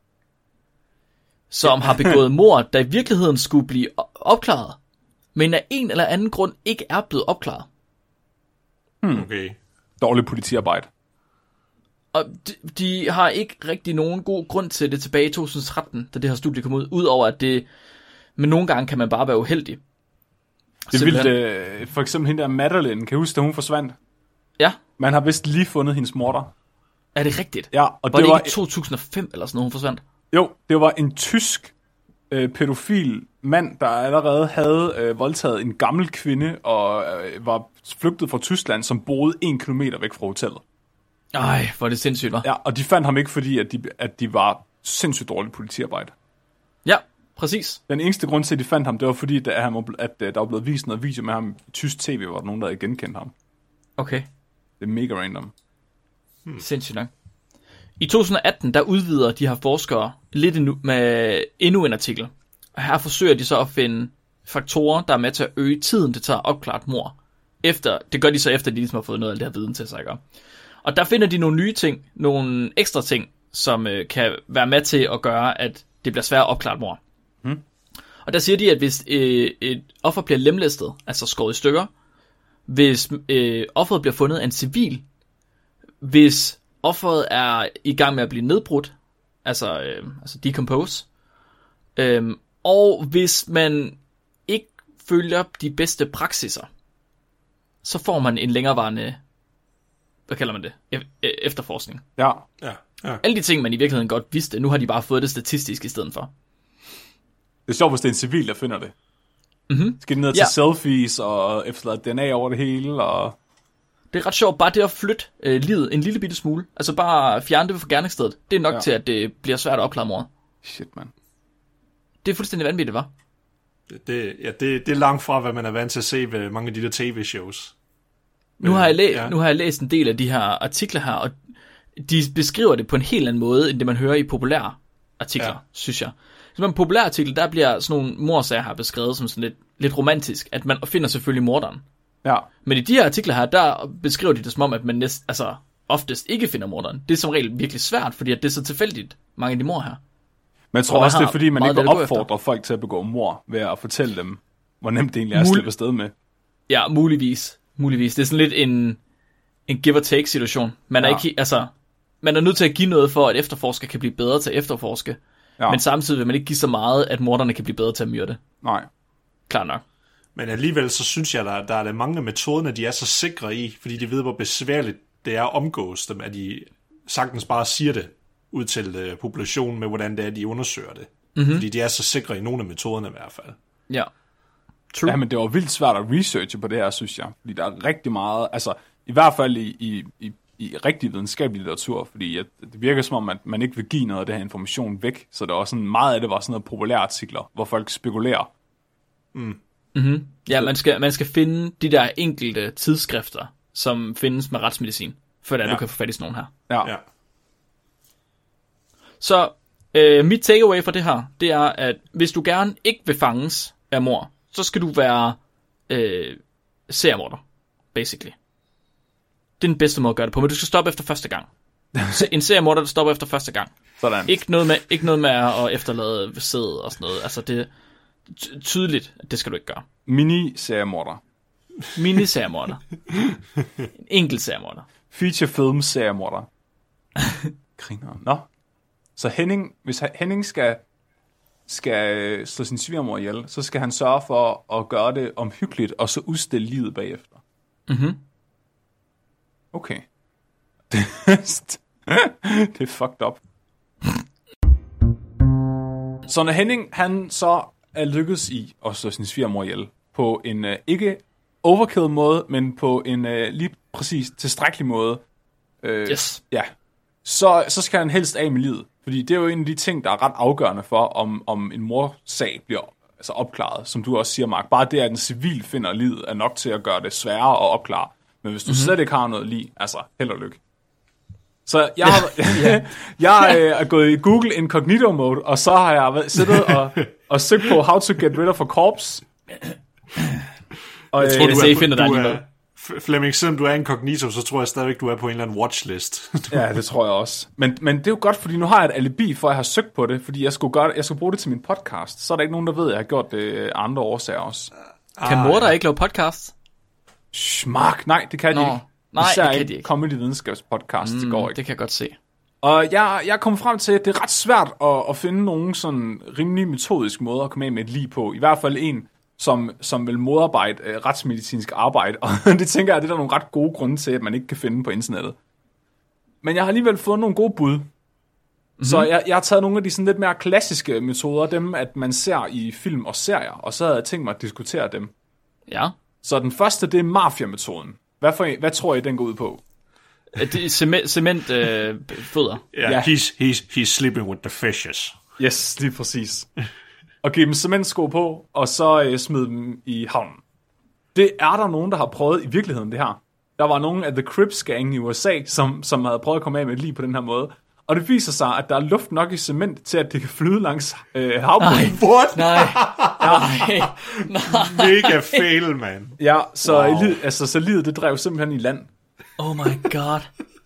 som har begået mord, der i virkeligheden skulle blive opklaret, men af en eller anden grund ikke er blevet opklaret. Hmm. Okay. Dårligt politiarbejde. Og de, de har ikke rigtig nogen god grund til det tilbage i to tusind og tretten, da det her studie kom ud, udover at det, men nogle gange kan man bare være uheldig. Det er vildt, øh, for eksempel hende der Madeleine, kan du huske, da hun forsvandt? Ja. Man har vist lige fundet hendes morder. Er det rigtigt? Ja. Og var det, det var ikke i to tusind og fem eller sådan noget, hun forsvandt? Jo, det var en tysk øh, pædofil mand, der allerede havde øh, voldtaget en gammel kvinde, og øh, var flygtet fra Tyskland, som boede en kilometer væk fra hotellet. Ej, hvor er det sindssygt, hva'? Ja, og de fandt ham ikke, fordi at de, at de var sindssygt dårligt politiarbejde. Ja, præcis. Den eneste grund til, at de fandt ham, det var fordi, at, han, at, at der var blevet vist noget video med ham i tysk tv, hvor der nogen, der havde genkendt ham. Okay. Det er mega random. Hmm. Sindssygt nok. I to tusind og atten, der udvider de her forskere lidt endnu, med endnu en artikel. Og her forsøger de så at finde faktorer, der er med til at øge tiden, det tager at opklare et mord. Efter, det gør de så efter, at de ligesom har fået noget af det her viden til sig. Ikke? Og der finder de nogle nye ting, nogle ekstra ting, som øh, kan være med til at gøre, at det bliver svært at opklare et mord. Hmm. Og der siger de, at hvis øh, et offer bliver lemlæstet, altså skåret i stykker, hvis øh, offeret bliver fundet af en civil, hvis offeret er i gang med at blive nedbrudt, altså, øh, altså decompose, øh, og hvis man ikke følger de bedste praksiser, så får man en længerevarende, hvad kalder man det, e- efterforskning. Ja. Ja, ja. Alle de ting, man i virkeligheden godt vidste, nu har de bare fået det statistisk i stedet for. Det er sjovt, hvis det er en civil, der finder det. Mm-hmm. Skal de ned til Ja. selfies og efterlade D N A over det hele, og... Det er ret sjovt, bare det at flytte øh, livet en lille bitte smule, altså bare fjerne det fra gerningsstedet, det er nok Ja. til, at det bliver svært at opklare mordet. Shit, man. Det er fuldstændig vanvittigt, hva'? Det, ja, det, det er langt fra, hvad man er vant til at se ved mange af de der tv-shows. Nu har, jeg læ- Ja. nu har jeg læst en del af de her artikler her, og de beskriver det på en helt anden måde, end det man hører i populære artikler, Ja. ja. synes jeg. Så en populær artikel, der bliver sådan nogle mordsager her beskrevet som sådan lidt, lidt romantisk, at man finder selvfølgelig morderen. Ja. Men i de her artikler her, der beskriver de det som om, at man næst, altså, oftest ikke finder morderen. Det er som regel virkelig svært, fordi at det er så tilfældigt, mange af de mor her. Men jeg tror Og også, man det er har fordi, man meget ikke vil let at gå opfordre folk til at begå mord ved at fortælle dem, hvor nemt det egentlig er at Mul- slippe afsted med. Ja, muligvis. Muligvis. Det er sådan lidt en, en give-or-take situation. Man er, Ja. ikke, altså, man er nødt til at give noget for, at efterforsker kan blive bedre til at efterforske. Ja. Men samtidig vil man ikke give så meget, at morderne kan blive bedre til at myrde. Nej. Klar nok. Men alligevel så synes jeg, der, der er der mange af metoderne, de er så sikre i, fordi de ved, hvor besværligt det er at omgås dem, at de sagtens bare siger det ud til uh, populationen med, hvordan det er, de undersøger det. Mm-hmm. Fordi de er så sikre i nogle af metoderne i hvert fald. Ja. True. Ja, men det var vildt svært at researche på det her, synes jeg. Fordi der er rigtig meget, altså i hvert fald i, i, i, i rigtig videnskabelig litteratur, fordi at, det virker som om, at man ikke vil give noget af det her information væk, så der var sådan meget af det var sådan noget populære artikler, hvor folk spekulerer. Mm-hmm. Ja, man skal, man skal finde de der enkelte tidsskrifter, som findes med retsmedicin, før ja. Ja. du kan få fat i sådan nogle her. Ja. Ja. Så øh, mit takeaway fra det her, det er, at hvis du gerne ikke vil fanges af mord, så skal du være øh, seriemorder, basically. Det er den bedste måde at gøre det på, men du skal stoppe efter første gang. En seriemorder, der stopper efter første gang. Sådan. Ikke noget med, ikke noget med at efterlade sæd og sådan noget. Altså det er ty- tydeligt, at det skal du ikke gøre. Mini-seriemorder. Mini-seriemorder. En enkelt seriemorder. Feature-film-seriemorder. Griner. Nå. Så Henning, hvis Henning skal, skal slå sin svigermor ihjel, så skal han sørge for at gøre det omhyggeligt, og så udstille livet bagefter. Mhm. Okay. Det er fucked up. Så når Henning, han så er lykkedes i at slå sin svigermor ihjel på en uh, ikke overkill måde, men på en uh, lige præcis tilstrækkelig måde, øh, Yes. ja, så, så skal han helst af med livet. Fordi det er jo en af de ting, der er ret afgørende for, om, om en morsag bliver altså opklaret. Som du også siger, Mark. Bare det, at en civil finder livet, er nok til at gøre det sværere at opklare. Men hvis du mm-hmm. slet ikke har noget lige, altså held og lykke. Så jeg har, jeg øh, er gået i Google Incognito mode, og så har jeg været, siddet og, og søgt på how to get rid of a corpse. Og, Jeg tror, Øh, du se, er, finder du der er, alligevel. F- Flemming, selvom du er incognito, så tror jeg stadigvæk, du er på en eller anden watchlist. Ja, det tror jeg også. Men, men det er jo godt, fordi nu har jeg et alibi for, at jeg har søgt på det, fordi jeg skulle, gøre det, jeg skulle bruge det til min podcast. Så er der ikke nogen, der ved, at jeg har gjort det af andre årsager også. Kan Ah, morder ikke lave podcast? Shh, Mark, nej, det kan de Nå, ikke. nej, Især det kan ikke de ikke. comedy videnskabspodcast, mm, det går ikke. Det kan jeg godt se. Og jeg, jeg kom frem til, at det er ret svært at, at finde nogen sådan rimelig metodisk måde at komme af med et lig på. I hvert fald en, som, som vil modarbejde øh, retsmedicinsk arbejde. Og det tænker jeg, det er der nogle ret gode grunde til, at man ikke kan finde på internettet. Men jeg har alligevel fået nogle gode bud. Mm-hmm. Så jeg, jeg har taget nogle af de sådan lidt mere klassiske metoder, dem at man ser i film og serier, og så havde jeg tænkt mig at diskutere dem. Ja. Så den første, det er mafia-metoden. Hvad, for, hvad tror I, den går ud på? Det er cement, cement øh, fødder. Ja, Ja. he's, he's, he's sleeping with the fishes. Yes, lige præcis. Og give dem cementsko på, og så øh, smide dem i havnen. Det er der nogen, der har prøvet i virkeligheden, det her. Der var nogen af The Crips-gang i U S A, som, som havde prøvet at komme af med et lig på den her måde. Og det viser sig, at der er luft nok i cement til, at det kan flyde langs øh, havbunden. What? Nej. Nej. Nej. Mega fail, man. Ja, så, Wow. wow. altså, så livet det drev simpelthen i land. Oh my god.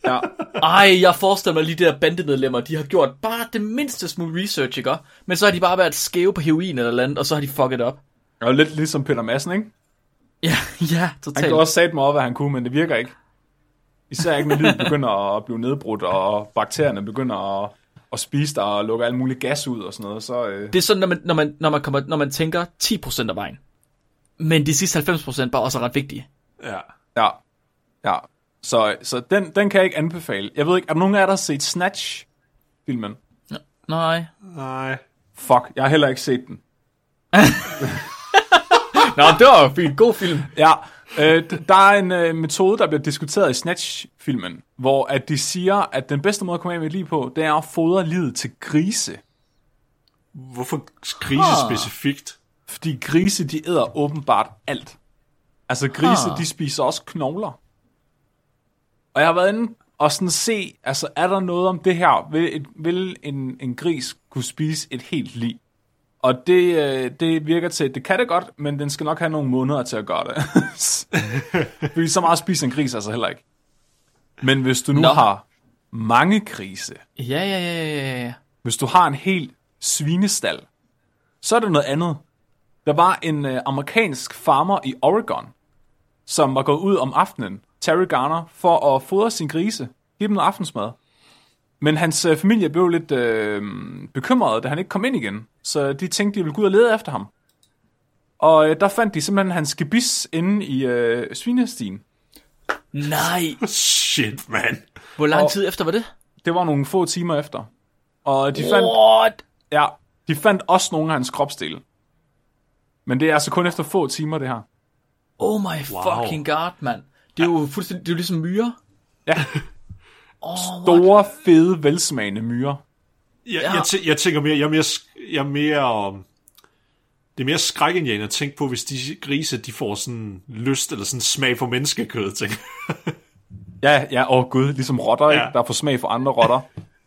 Ja. Ej, jeg forestiller mig lige de der bandemedlemmer, de har gjort bare det mindste smule research, ikke? Men så har de bare været skæve på heroin eller andet, og så har de fucket op. Og lidt ligesom Peter Madsen, ikke? Ja, ja, Han totalt. kan også sætte mig op, hvad han kunne, men det virker ikke. Især ikke, når livet begynder at blive nedbrudt, og bakterierne begynder at, at spise dig og lukke alt muligt gas ud og sådan noget. Så, øh... Det er sådan, når man, når man, når man, kommer, når man tænker ti procent af vejen. Men de sidste halvfems procent bare også er ret vigtige. Ja. Ja, ja. Så, så den, den kan jeg ikke anbefale. Jeg ved ikke, er der nogen af jer, der har set Snatch-filmen? Ja. Nej. Nej. Fuck, jeg har heller ikke set den. Nå, det var jo en god film. Ja, øh, der er en øh, metode, der bliver diskuteret i Snatch-filmen, hvor at de siger, at den bedste måde at komme af med et liv på, det er at fodre livet til grise. Hvorfor grise Ah. specifikt? Fordi grise, de æder åbenbart alt. Altså grise, Ah. de spiser også knogler. Og jeg har været inde og sådan se, altså er der noget om det her? Vil, et, vil en, en gris kunne spise et helt liv? Og det, øh, det virker til, det kan det godt, men den skal nok have nogle måneder til at gøre det. Fordi så meget spiser en gris altså heller ikke. Men hvis du nu Nå. har mange grise, Ja, ja, ja, ja, ja. hvis du har en hel svinestald, så er det noget andet. Der var en øh, amerikansk farmer i Oregon, som var gået ud om aftenen, Terry Garner, for at fodre sin grise, give dem noget aftensmad. Men hans øh, familie blev lidt øh, bekymret, da han ikke kom ind igen. Så de tænkte, de ville gå ud og lede efter ham. Og øh, der fandt de simpelthen hans gebis inde i øh, svinestien. Nej. Shit, man. Hvor lang Og- tid efter var det? Det var nogle få timer efter. Og de fandt, What? ja, de fandt også nogle af hans kropsdele. Men det er altså kun efter få timer, det her. Oh my Wow. fucking god, mand. Det er jo fuldstændig, det er jo ligesom myrer. Ja, Oh, store, fede, velsmagende myrer. Jeg, Ja. jeg, tæ- jeg tænker mere, jeg er mere, sk- jeg er mere, um, det er mere skrækindjagende at tænke på, hvis de grise, de får sådan lyst, eller sådan smag for menneskekød, tænker jeg. Ja, ja, åh gud, ligesom rotter, ikke? Ja. Der får smag for andre rotter.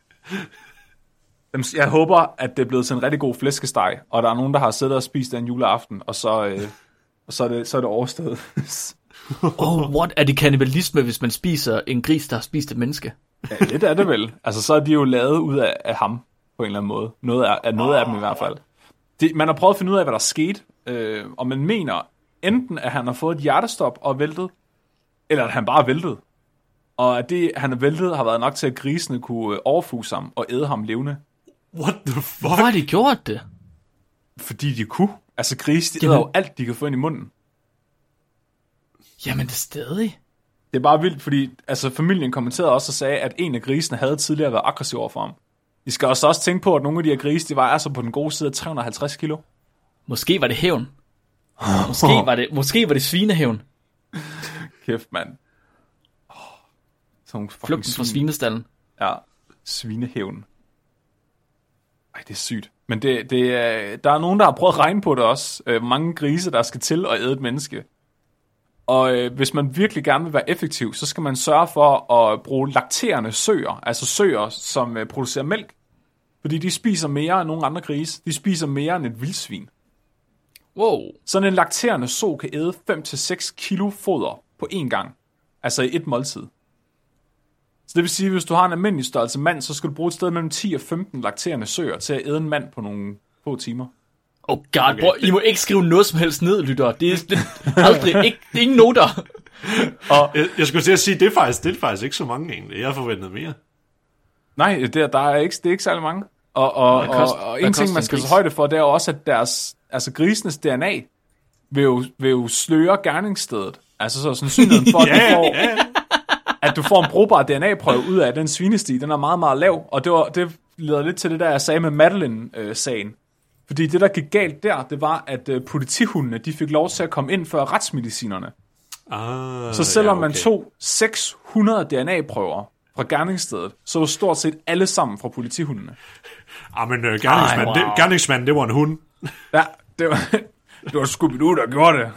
Dem- Jeg håber, at det er blevet til en rigtig god flæskesteg, og der er nogen, der har siddet og spist den juleaften, og så, øh, og så, er, det, så er det overstået. oh, what? Er det kannibalisme, hvis man spiser en gris, der har spist et menneske? Ja, lidt er det vel. Altså, så er de jo lavet ud af, af ham, på en eller anden måde. Noget af, af, noget af dem i hvert fald. Det, man har prøvet at finde ud af, hvad der skete, øh, og man mener enten, at han har fået et hjertestop og væltet, eller at han bare er væltet. Og at det, han er væltet, har været nok til, at grisene kunne øh, overfuse ham og æde ham levende. What the fuck? Hvorfor har de gjort det? Fordi de kunne. Altså, grise, de Jamen- æder jo alt, de kan få ind i munden. Jamen, det er stadig. Det er bare vildt, fordi altså, familien kommenterede også og sagde, at en af grisene havde tidligere været aggressiv over for ham. I skal også også tænke på, at nogle af de her grise, de vejer altså på den gode side af tre hundrede og halvtreds kilo. Måske var det hævn. Måske var det, måske var det svinehævn. Kæft, mand. Oh, sådan nogle fucking Flugten fra svin. svinestallen. Ja, svinehævn. Ej, det er sygt. Men det, det er, der er nogen, der har prøvet at regne på det også. Øh, mange grise, der skal til at æde et menneske. Og øh, hvis man virkelig gerne vil være effektiv, så skal man sørge for at bruge lakterende søer. Altså søer, som øh, producerer mælk. Fordi de spiser mere end nogle andre grise. De spiser mere end et vildsvin. Wow. Sådan en lakterende so kan æde fem til seks kilo foder på én gang. Altså i et måltid. Så det vil sige, at hvis du har en almindelig størrelse mand, så skal du bruge et sted mellem ti og femten lakterende søer til at æde en mand på nogle få timer. Oh god, okay. Bro, I må ikke skrive noget som helst ned, lytter. Det er, det er aldrig, ikke, det er ingen noter. Og Jeg, jeg skulle til at sige, det er faktisk, det er faktisk ikke så mange egentlig. Jeg har forventet mere. nej, det er, der er ikke, det er ikke særlig mange. Og, og, Hvad kost- og, og hvad en ting, koster man en skal gris? tage højde for, det er jo også, at deres, altså grisenes D N A vil jo, vil jo sløre gerningsstedet. Altså så sandsynligheden for, at, Ja, du får, ja. at du får en brugbar D N A-prøve ud af den svinesti, den er meget, meget lav. Og det, var, det leder lidt til det der, jeg sagde med Madeline-sagen. Fordi det, der gik galt der, det var, at uh, politihundene, de fik lov til at komme ind før retsmedicinerne. Ah, Så selvom ja, man okay. tog seks hundrede D N A-prøver fra gerningsstedet, så var stort set alle sammen fra politihundene. Ah, men uh, gerningsmanden, Ej, wow. det, gerningsmanden, det var en hund. Ja, det var, det var Scooby-Doo, der gjorde det.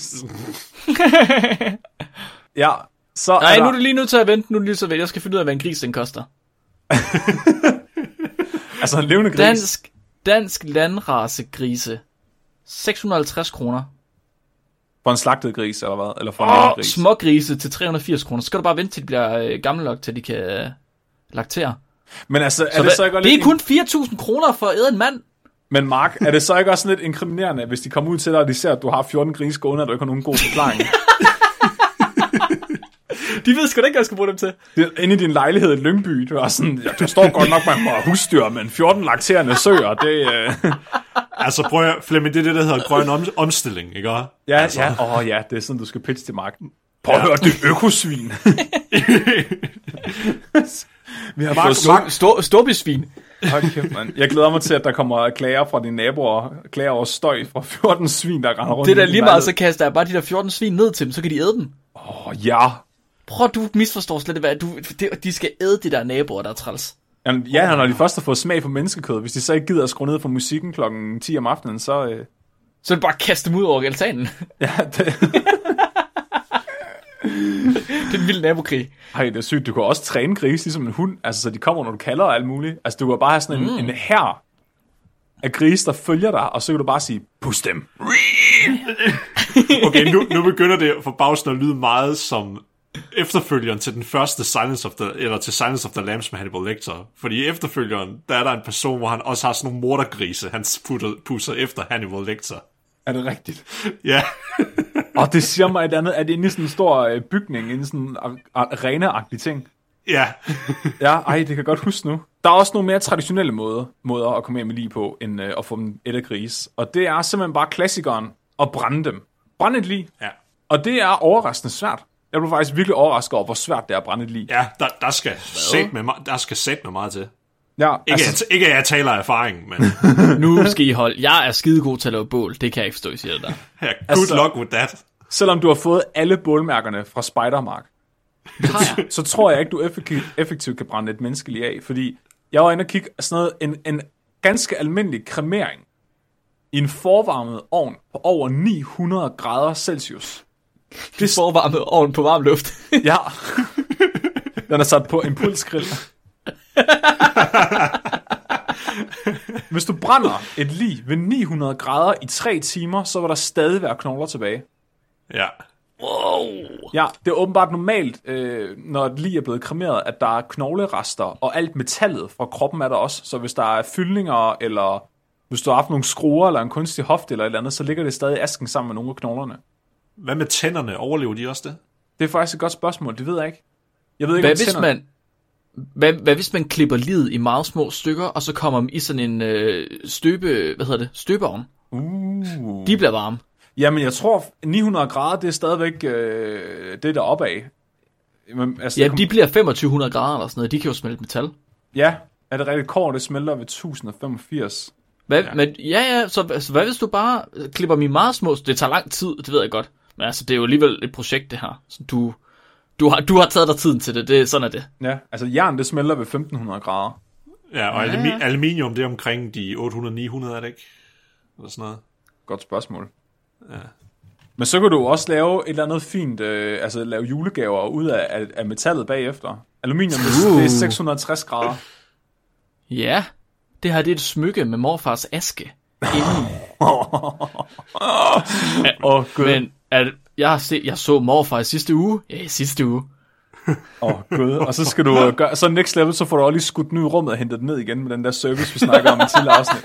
Ja, så Nej, er nu der, er du lige nødt til at vente. Nu er du lige nødt til at vente. Jeg skal finde ud af, hvad en gris den koster. altså en levende gris. Dansk, dansk landrasegrise. seks hundrede og halvtreds kroner. For en slagtet gris, eller hvad? Eller for en Åh, gris. smågrise til tre hundrede og firs kroner. Så skal du bare vente til de bliver øh, gamle nok, til de kan øh, laktere. Men altså, er Så det så ikke det lidt er kun fire tusind kroner for at æde en mand. Men Mark, er det så ikke også lidt inkriminerende, hvis de kommer ud til dig, og de ser, at du har fjorten grise gående, og du ikke har nogen god forklaring? De ved sgu da ikke, hvad jeg skal bruge dem til. Det er inde i din lejlighed i Lyngby, du er sådan, ja, du står godt nok, man må have husdyr, men fjorten lakterende søer, det... Øh... Altså prøv at, Flemming, det er det, der hedder grøn om, omstilling, ikke? Ja, altså. ja, åh oh, ja, det er sådan, du skal pitche til Mark. Prøv at høre, det er økosvin. Vi har Mark, stor, stor, storbysvin. Hold kæft, man. Jeg glæder mig til, at der kommer klager fra dine naboer, klager over støj fra fjorten svin, der render rundt. Det der lige meget, så kaster jeg bare de der fjorten svin ned til dem, så kan de æde dem. Åh, oh, ja. Prøv, du misforstår slet hvad du, de skal æde de der naboer, der er træls. Jamen, ja, når de først har fået smag for menneskekød, hvis de så ikke gider at skrue ned for musikken klokken ti om aftenen, så... Øh... Så er det bare at kaste dem ud over altanen. Ja, det... Det er en vild nabokrig. Ej, det er sygt. Du kan også træne grise ligesom en hund, altså så de kommer, når du kalder og alt muligt. Altså, du kan bare have sådan en, mm. en hær af grise, der følger dig, og så kan du bare sige, pust dem. Okay, nu, nu begynder det for bagsen at lyde meget som efterfølgeren til den første Silence of the, eller til Silence of the Lambs med Hannibal Lecter. Fordi i efterfølgeren, der er der en person, hvor han også har sådan nogle mordergrise, han putter, pusser efter Hannibal Lecter. Er det rigtigt? Ja. Og det siger mig et andet, at det inde i sådan en stor bygning, inde i sådan en arena-agtig ting. Ja. Ja, ej, det kan jeg godt huske nu. Der er også nogle mere traditionelle måder, måder at komme hjem med lige på, end øh, at få dem et af gris. Og det er simpelthen bare klassikeren at brænde dem. Brænde et lig. Ja. Og det er overraskende svært. Jeg blev faktisk virkelig overrasket over, hvor svært det er at brænde et lig. Ja, der, der skal sæt med, der skal sæt med meget til. Ja, ikke, altså, jeg, ikke at jeg taler af erfaring, men... Nu skal I holde. Jeg er skidegod til at lave bål. Det kan jeg ikke forstå, I siger det der. Ja, good altså, luck with that. Selvom du har fået alle bålmærkerne fra Spidermark, så, så tror jeg ikke, du effektivt, effektivt kan brænde et menneske lige af. Fordi jeg var inde og kigge sådan noget, en, en ganske almindelig kremering i en forvarmet ovn på over ni hundrede grader Celsius. Det er forvarmet ovn på varm luft. Ja. Den er sat på impulsgrill. Hvis du brænder et lig ved ni hundrede grader i tre timer, så vil der stadig være knogler tilbage. Ja. Wow. Ja, det er åbenbart normalt, øh, når et lig er blevet kremeret, at der er knoglerester, og alt metallet fra kroppen er der også. Så hvis der er fyldninger, eller hvis du har haft nogle skruer, eller en kunstig hofte, eller et eller andet, så ligger det stadig i asken sammen med nogle af knoglerne. Hvad med tænderne? Overlever de også det? Det er faktisk et godt spørgsmål, det ved jeg ikke. Jeg ved ikke, hvad, hvis tænderne... man, hvad, hvad hvis man klipper livet i meget små stykker, og så kommer dem i sådan en øh, støbe, hvad hedder det, støbeovn? Uh. De bliver varme. Jamen, jeg tror, ni hundrede grader, det er stadigvæk øh, det, der er opad. Men, altså, ja, kom... de bliver femogtyve hundrede grader eller sådan noget. De kan jo smelte metal. Ja, er det rigtigt? Kår, det smelter ved tusind og femogfirs. Hvad, ja. Men, ja, ja, så altså, hvad hvis du bare klipper dem i meget små... Det tager lang tid, det ved jeg godt. Men altså, det er jo alligevel et projekt, det her. Så du, du, har, du har taget dig tiden til det. det. Sådan er det. Ja, altså jern, det smelter ved femten hundrede grader. Ja, og ja. Alumi- aluminium, det er omkring de otte hundrede til ni hundrede, er det ikke? Eller sådan noget. Godt spørgsmål. Ja. Men så kan du også lave et eller andet fint, øh, altså lave julegaver ud af, af, af metallet bagefter. Aluminium, uh. det er seks hundrede og tres grader. Ja, det her det er et smykke med morfars aske. Åh, gud. Men at, jeg, har set, jeg så morfar i sidste uge. Ja, i sidste uge. Åh, oh, gud. Og så skal du gøre, så next level, så får du også lige skudt den ud i rummet og hentet den ned igen med den der service, vi snakker om i tidligere afsnit.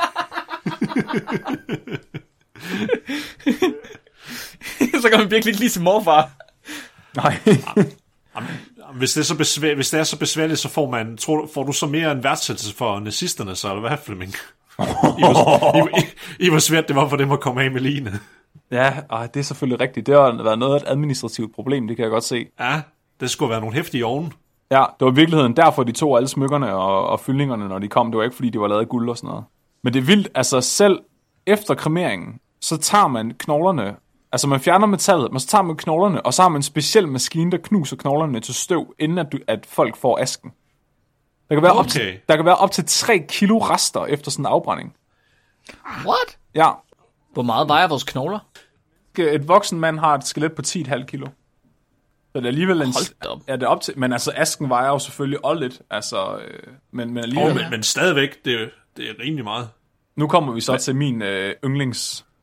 Så kan man virkelig ikke lide sin morfar. Nej. Hvis det er så besvær, hvis det er så besværligt, så får man, tror, får du så mere en værdsættelse for nazisterne, så eller hvad, Flemming? I, hvor, I, I, I hvor svært det var for dem at komme af med ligene. Ja, ej, det er selvfølgelig rigtigt. Det har været noget af et administrativt problem, det kan jeg godt se. Ja, det skulle være nogle heftige ovne. Ja, det var i virkeligheden derfor, de tog alle smykkerne og, og fyldningerne, når de kom. Det var ikke, fordi de var lavet af guld og sådan noget. Men det er vildt, altså selv efter kremeringen, så tager man knoglerne, altså man fjerner metallet, men så tager man knoglerne, og så har man en speciel maskine, der knuser knoglerne til støv, inden at, du, at folk får asken. Der kan være, okay. op til, der kan være op til tre kilo rester efter sådan en afbrænding. What? Ja. Hvor meget vejer vores knogler? Et voksen mand har et skelet på ti komma fem kilo. Så det er alligevel en... Ja, det er op til... Men altså, asken vejer jo selvfølgelig også lidt. Altså, øh, men, men alligevel... Oh, men, men stadigvæk, det, det er rimelig meget. Nu kommer vi så men... til min øh, yndlings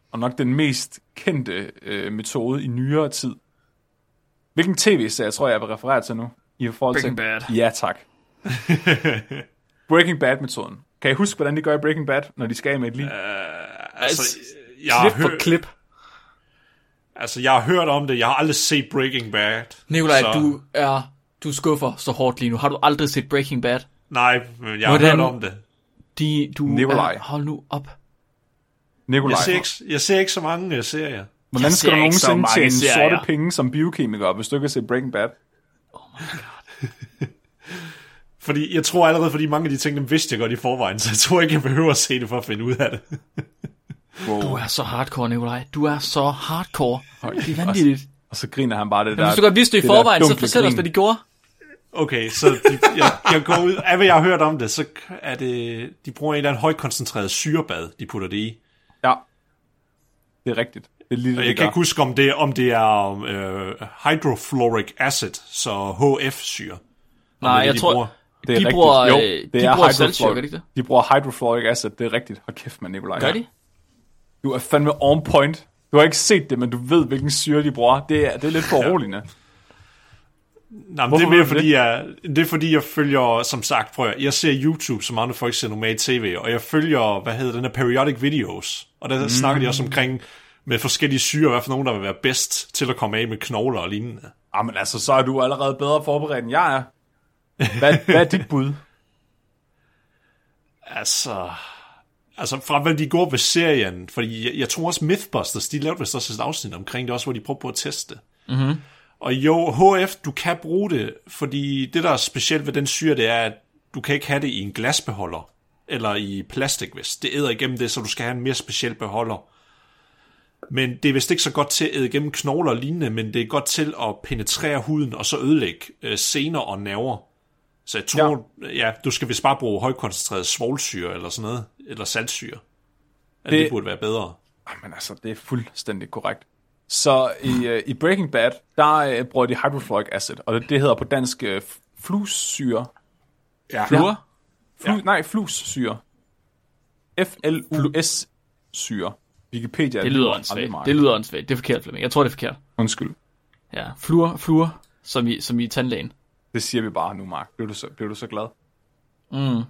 og nok den mest kendte øh, metode i nyere tid. Hvilken tv-serie tror jeg, jeg vil referere til nu? I forhold Breaking til... Bad. Ja, tak. Breaking Bad-metoden. Kan I huske, hvordan de gør i Breaking Bad, når de skal af med et liv? Uh, altså, jeg har klip for hørt, klip. Altså, jeg har hørt om det. Jeg har aldrig set Breaking Bad. Nikolaj, så... du er du skuffer så hårdt lige nu. Har du aldrig set Breaking Bad? Nej, men jeg har Hvordan... hørt om det. De, du Nikolaj. Er... Hold nu op. Nikolaj. Jeg ser ikke, jeg ser ikke så mange uh, serier. Hvordan skal du ser ikke så nogensinde mange tjene serier. sorte penge som biokemiker, hvis du ikke har set Breaking Bad? Oh my god. Fordi jeg tror allerede, fordi mange af de ting, dem vidste jeg godt i forvejen, så jeg tror ikke, jeg behøver at se det for at finde ud af det. Wow. Du er så hardcore, Nikolaj. Du er så hardcore. Det er vanvittigt. Og så griner han bare det Men der... hvis du godt vidste det i det der forvejen, så dunkle fortæl os, grin. hvad de gjorde. Okay, så de, jeg, jeg går ud, af hvad jeg har hørt om det, så er det, de bruger en eller anden højkoncentreret syrebad, de putter det i. Ja, det er rigtigt. Det er lige det, Og det jeg kan gør. ikke huske, om det, om det er øh, hydrofluoric acid, så H F-syre. Om Nej, det er jeg de tror, bruger. Det er de rigtigt. bruger, Jo, øh, det de er bruger hydrofluoric- saltsyre, gør de ikke det? De bruger hydrofluoric acid, det er rigtigt. Hold kæft, man, Nikolaj. Gør de? Du er fandme on point. Du har ikke set det, men du ved, hvilken syre de bruger. Det er, det er lidt foruroligende. Nej, men Hvorfor det er mere ved du fordi, jeg, det er fordi, jeg følger, som sagt, prøv at, jeg ser YouTube, som andre folk ser normalt tv, og jeg følger, hvad hedder den her, periodic videos, og der mm. snakker de også omkring, med forskellige syre, hvad for nogen, der vil være bedst til at komme af med knogler og lignende. Jamen altså, så er du allerede bedre forberedt, end jeg er. Hvad, hvad er dit bud? Altså, altså fra hvad de går ved serien, fordi jeg, jeg tror også Mythbusters, de lavede vist også et afsnit omkring det, også hvor de prøver på at teste det. Mm-hmm. Og jo, H F, du kan bruge det, fordi det, der er specielt ved den syre, det er, at du kan ikke have det i en glasbeholder, eller i plastik, hvis det æder igennem det, så du skal have en mere speciel beholder. Men det er vist ikke så godt til at æde igennem knogler og lignende, men det er godt til at penetrere huden, og så ødelægge øh, sener og nerver. Så jeg tror, ja. ja, du skal vist bare bruge højkoncentreret svovlsyre, eller sådan noget, eller saltsyre. At det, det burde være bedre. Men altså, det er fuldstændig korrekt. Så i, uh, i Breaking Bad, der uh, bruger de hydrofluoric acid, og det, det hedder på dansk uh, flussyre. Ja. Fluor? Flu, Ja. Nej, flussyre. F L U S-syre. Wikipedia. Det lyder åndssvagt. Det lyder åndssvagt. Det er forkert, Flemming. Jeg tror, det er forkert. Undskyld. Ja, fluor, fluor, som i, som i tandlægen. Det siger vi bare nu, Mark. Bliver du så, bliver du så glad? Mm.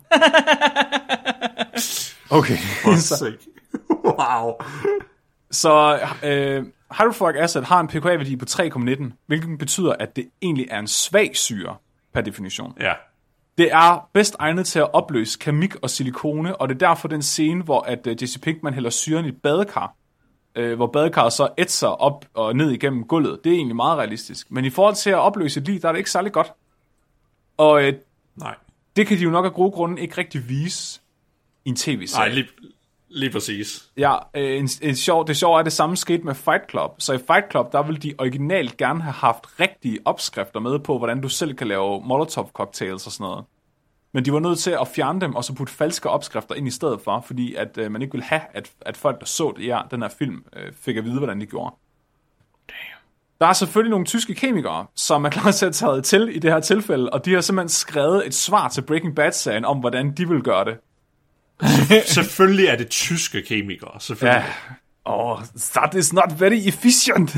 Okay. så, wow. Så øh, hydrofluoric acid har en pKa-værdi på tre komma nitten, hvilket betyder, at det egentlig er en svag syre per definition. Ja. Det er bedst egnet til at opløse keramik og silikone, og det er derfor den scene, hvor at uh, Jesse Pinkman hælder syren i et badekar, uh, hvor badekarret så ætser op og ned igennem gulvet. Det er egentlig meget realistisk. Men i forhold til at opløse et lig, der er det ikke særlig godt. Og uh, Nej. det kan de jo nok af gode grunde ikke rigtig vise i en tv-serie. Nej, lige, lige præcis. Ja, øh, en, en sjov, det sjove er, at det samme skete med Fight Club. Så i Fight Club, der ville de originalt gerne have haft rigtige opskrifter med på, hvordan du selv kan lave Molotov-cocktails og sådan noget. Men de var nødt til at fjerne dem, og så putte falske opskrifter ind i stedet for, fordi at øh, man ikke ville have, at, at folk, der så det, ja, den her film, øh, fik at vide, hvordan de gjorde. Damn. Der er selvfølgelig nogle tyske kemikere, som er klar til at tage til i det her tilfælde, og de har simpelthen skrevet et svar til Breaking Bad-serien om, hvordan de vil gøre det. Selvfølgelig er det tyske kemikere, selvfølgelig. Ja. Oh, that is not very efficient.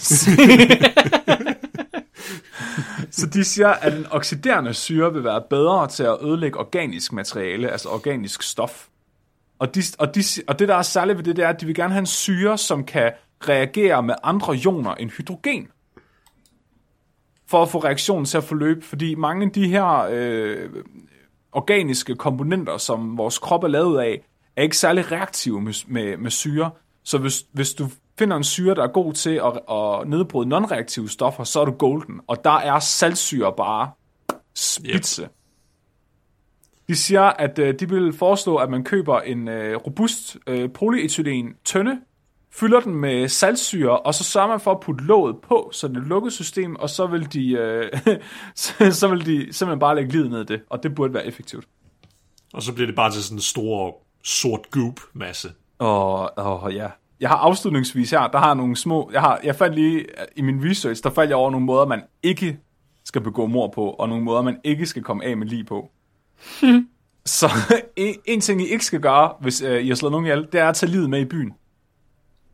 Så de siger, at en oxiderende syre vil være bedre til at ødelægge organisk materiale, altså organisk stof. Og, de, og, de, og det, der er særligt ved det, det er, at de vil gerne have en syre, som kan reagere med andre ioner end hydrogen. For at få reaktionen til at forløbe, fordi mange af de her øh, organiske komponenter, som vores krop er lavet af, er ikke særlig reaktive med, med, med syre. Så hvis, hvis du finder en syre, der er god til at, at nedbryde non-reaktive stoffer, så er du golden. Og der er saltsyre bare spidse. Yep. De siger, at øh, de vil foreslå, at man køber en øh, robust øh, polyethylen tønde, fylder den med saltsyre, og så sørger man for at putte låget på, så det er et lukket system, og så vil de, øh, så, så vil de simpelthen bare lægge livet ned i det, og det burde være effektivt. Og så bliver det bare til sådan en stor sort goop-masse. Åh, åh, ja. Jeg har afslutningsvis her, der har nogle små, jeg har, jeg fandt lige, i min research, der faldt jeg over nogle måder, man ikke skal begå mord på, og nogle måder, man ikke skal komme af med lig på. Hmm. Så en, en ting, I ikke skal gøre, hvis øh, I har slået nogen ihjel, det er at tage livet med i byen.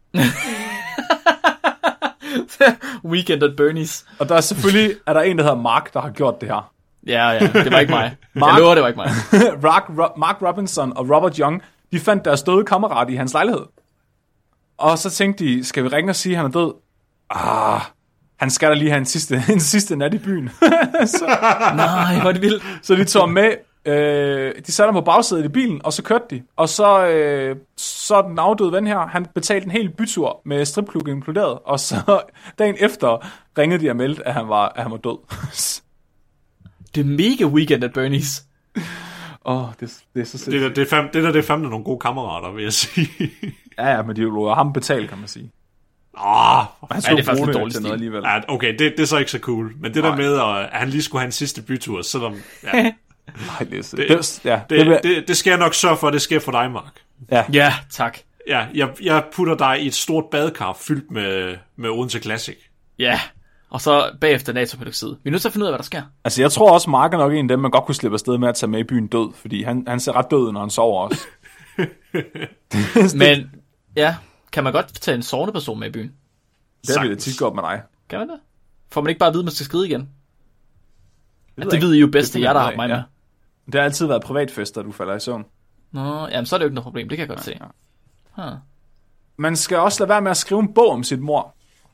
Weekend at Bernie's. Og der er selvfølgelig er der en, der hedder Mark, der har gjort det her. Ja, ja, det var ikke mig. Mark, jeg lover, det var ikke mig. Mark, Ro- Mark Robinson og Robert Young, de fandt deres døde kammerat i hans lejlighed. Og så tænkte de, skal vi ringe og sige, at han er død? Ah, han skal da lige have en sidste, en sidste nat i byen. så, Nej, hvor er det vildt. så de tog ham med, øh, de satte ham på bagsædet i bilen, og så kørte de. Og så, øh, så den afdøde ven her, han betalte en hel bytur med stripklub inkluderet. Og så dagen efter ringede de og meldte, at han var, at han var død. Det er mega Weekend at Bernie's. Åh, oh, det, det er så sindssygt. Det der, det, er fam, det der, det er fandme nogle gode kammerater, vil jeg sige. Ja, ja, men de lå ham betale, kan man sige. Åh, Han Ja, skulle det er faktisk bruge en dårlig til noget alligevel. ja, okay, det, det er så ikke så cool. Men det Nej. der med, at han lige skulle have en sidste bytur, selvom... Ja, Nej, det, er, det, det, ja, det, det, det, det skal jeg nok sørge for, at det sker for dig, Mark. ja. Ja, tak. Ja, jeg, jeg putter dig i et stort badekar fyldt med, med Odense Classic. Ja, og så bagefter natriumhydroxid. Vi er nødt til at finde ud af, hvad der sker. Altså, jeg tror også, Mark er nok en af dem, man godt kunne slippe afsted med at tage med i byen død, fordi han, han ser ret død, når han sover også. Men, ja, kan man godt tage en sovende person med i byen? Det har vi da tit gjort med dig. Kan man det? Får man ikke bare at vide, at man skal skride igen? Det, Ja, det ved I jo bedst, det er jer, der har mig med. ja. Det har altid været privatfester, du falder i søvn. Nå, jamen så er det jo ikke noget problem, det kan jeg godt se. Ja. Huh. Man skal også lade være med at skrive en bog om sit mor.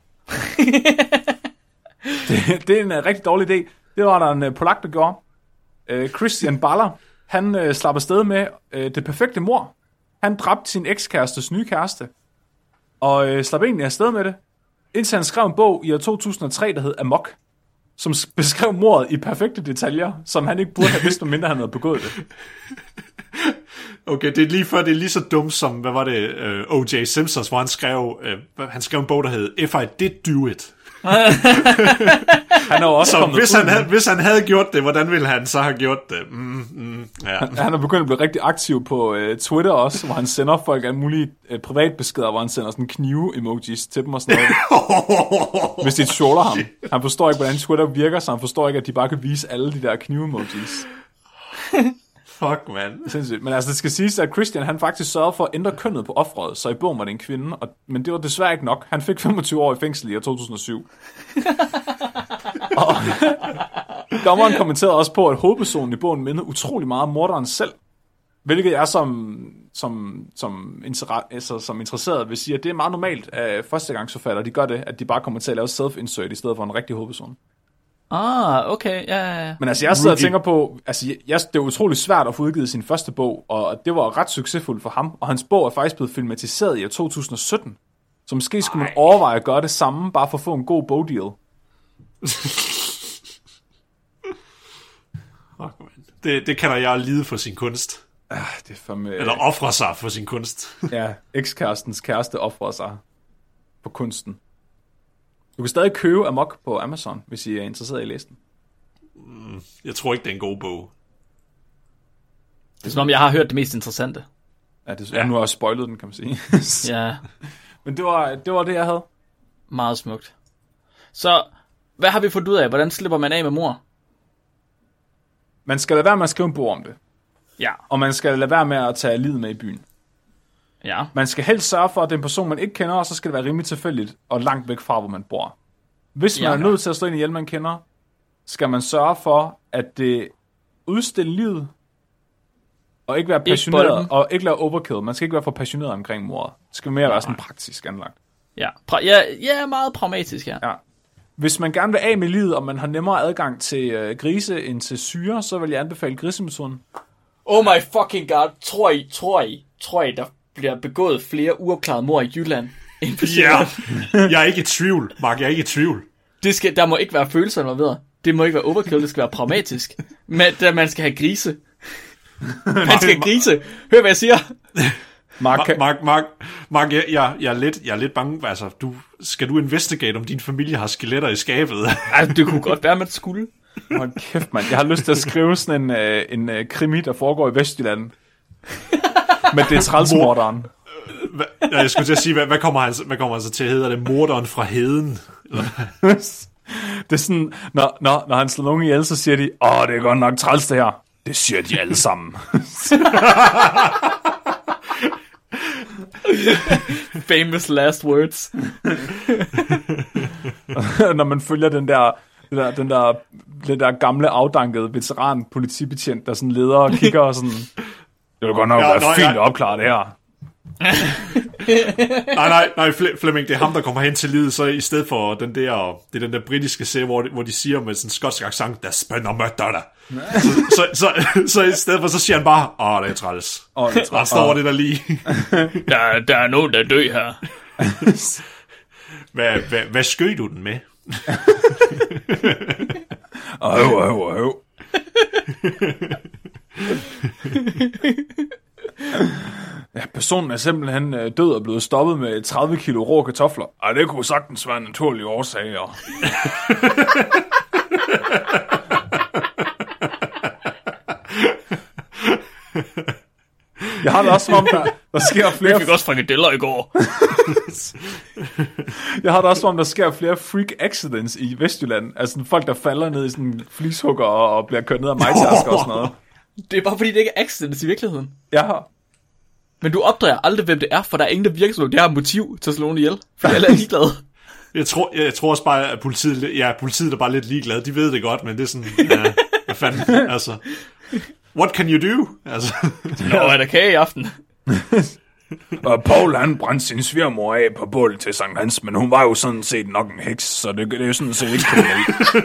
det, det er en uh, rigtig dårlig idé. Det var der en uh, polak, der gjorde. Uh, Christian Baller, han uh, slap afsted med uh, det perfekte mor. Han dræbte sin ekskærestes nye kæreste. Og uh, slap egentlig afsted med det. Indtil han skrev en bog i år to tusind og tre, der hed Amok. Som beskrev mordet i perfekte detaljer, som han ikke burde have vidst, medmindre han havde begået det. Okay, det er lige før, det er lige så dumt som, hvad var det, uh, O J Simpsons, hvor han skrev, uh, han skrev en bog, der hed If I Did Do It. Han er også Så kommet hvis ud han, med- havde, hvis han havde gjort det, hvordan ville han så have gjort det? Mm, mm, ja. Han er begyndt at blive rigtig aktiv på uh, Twitter også, hvor han sender folk alle mulige uh, privatbeskeder, hvor han sender sådan knive-emojis til dem og sådan noget, hvis de troller ham. Han forstår ikke, hvordan Twitter virker, så han forstår ikke, at de bare kan vise alle de der knive-emojis. Fuck, man. Sindssygt. Men altså, det skal siges, at Christian, han faktisk sørgede for at ændre kønnet på offeret, så i bogen var det en kvinde, og, men det var desværre ikke nok. Han fik femogtyve år i fængsel i år to tusind og syv. Og dommeren kommenterede også på, at hovedpersonen i bogen mindede utrolig meget om morderen selv, hvilket jeg som, som, som, inter- altså, som interesseret vil sige, at det er meget normalt, at førstegangsforfattere, de gør det, at de bare kommer til at lave self-insert i stedet for en rigtig hovedperson. Ah, okay, ja, ja, ja. Men altså, jeg sidder og Rudy. tænker på, altså, jeg, det er utrolig svært at få udgivet sin første bog, og det var ret succesfuldt for ham, og hans bog er faktisk blevet filmatiseret i år to tusind og sytten, så måske skulle man overveje at gøre det samme, bare for at få en god bogdeal. Fuck, man. Det, det kalder jeg lide for sin kunst. Ah, det er fandme... Eller ofre sig for sin kunst. Ja, ekskærestens kæreste offrer sig på kunsten. Du kan stadig købe Amok på Amazon, hvis I er interesseret i at læse den. Jeg tror ikke, det er en god bog. Det er som om, jeg har hørt det mest interessante. Ja, det, ja. Nu har jeg spoilet den, kan man sige. Ja, Men det var, det var det, jeg havde. meget smukt. Så, hvad har vi fundet ud af? Hvordan slipper man af med mor? Man skal lade være med at skrive en bog om det. Ja. Og man skal lade være med at tage livet med i byen. Ja. Man skal helst sørge for, at det er en person, man ikke kender, og så skal det være rimelig tilfældigt og langt væk fra, hvor man bor. Hvis man Ja. er nødt til at stå ind i hjælp, man kender, skal man sørge for, at det udstille livet, og ikke være passioneret, bolden. og ikke lave overkill. Man skal ikke være for passioneret omkring mordet. Det skal mere være sådan praktisk anlagt. Ja, pra- ja, ja, meget pragmatisk, ja. Ja. Hvis man gerne vil af med livet, og man har nemmere adgang til øh, grise end til syre, så vil jeg anbefale grisemetoden. Oh my fucking god, tror I, tror I, tror I, der bliver begået flere uopklarede mord i Jylland end på Ja, Sjælland? jeg er ikke i tvivl, Mark, jeg er ikke i tvivl. Det skal, der må ikke være følelser involveret. Det må ikke være overkill, det skal være pragmatisk. Men der, man skal have grise. Man skal have grise. Hør, hvad jeg siger. Mark, Mark, Mark, Mark, Mark jeg, jeg, jeg, er lidt, jeg er lidt bange. Altså, du, skal du investigate, om din familie har skeletter i skabet? Altså, det kunne godt være, man skulle. hold kæft, mand. Jeg har lyst til at skrive sådan en, øh, en øh, krimi, der foregår i Vestjylland. Men det er trælsmorderen. Hva, jeg skulle til at sige, hvad, hvad, kommer han, hvad kommer han så til at hedde? Er det morderen fra heden? Det er sådan, når, når, når han slår nogen ihjel, så siger de, åh, det er godt nok træls det her. Det siger de alle sammen. Famous last words. Når man følger den der, den der, den der, den der gamle, afdankede veteran politibetjent, der sådan leder og kigger og sådan... Det vil godt nok ja, være nøj, fint at opklare det her. nej, nej, nej, Flemming, det er ham, der kommer hen til livet, så i stedet for den der, det er den der britiske serie, hvor, hvor de siger med sådan en skotsk accent, der spænder møtter der. så, så, så, så i stedet for, så siger han bare, åh, det er træls. Åh, det er træls. Der står det der lige. der, der er nogen, der dør her. hvad, hvad, hvad skød du den med? Øv, øv, øv. Ja, personen er simpelthen død og blevet stoppet med tredive kilo rå kartofler. Ej, det kunne sagtens være en naturlig årsag. Jeg har det også som om, der, der sker flere... Vi fik også frikadeller i går. Jeg har det også som om, der sker flere freak accidents i Vestjylland. Altså folk, der falder ned i sådan en flishugger og, og bliver kørt ned af majtasker og sådan noget. Det er bare fordi, det ikke er accidents i virkeligheden. Ja. Men du opdager aldrig, hvem det er, for der er ingen, der virker som det har motiv til at slå nogen ihjel. For alle er ligeglade. Jeg tror, jeg tror også bare, at politiet, ja, politiet er bare lidt ligeglade. De ved det godt, men det er sådan, ja, hvad fanden, altså... What can you do? Altså. Nå, er der kage i aften? Og Paul, han brændte sin svigermor af på bålet til Sankt Hans, men hun var jo sådan set nok en heks, så det, det er jo sådan set ikke kriminelt.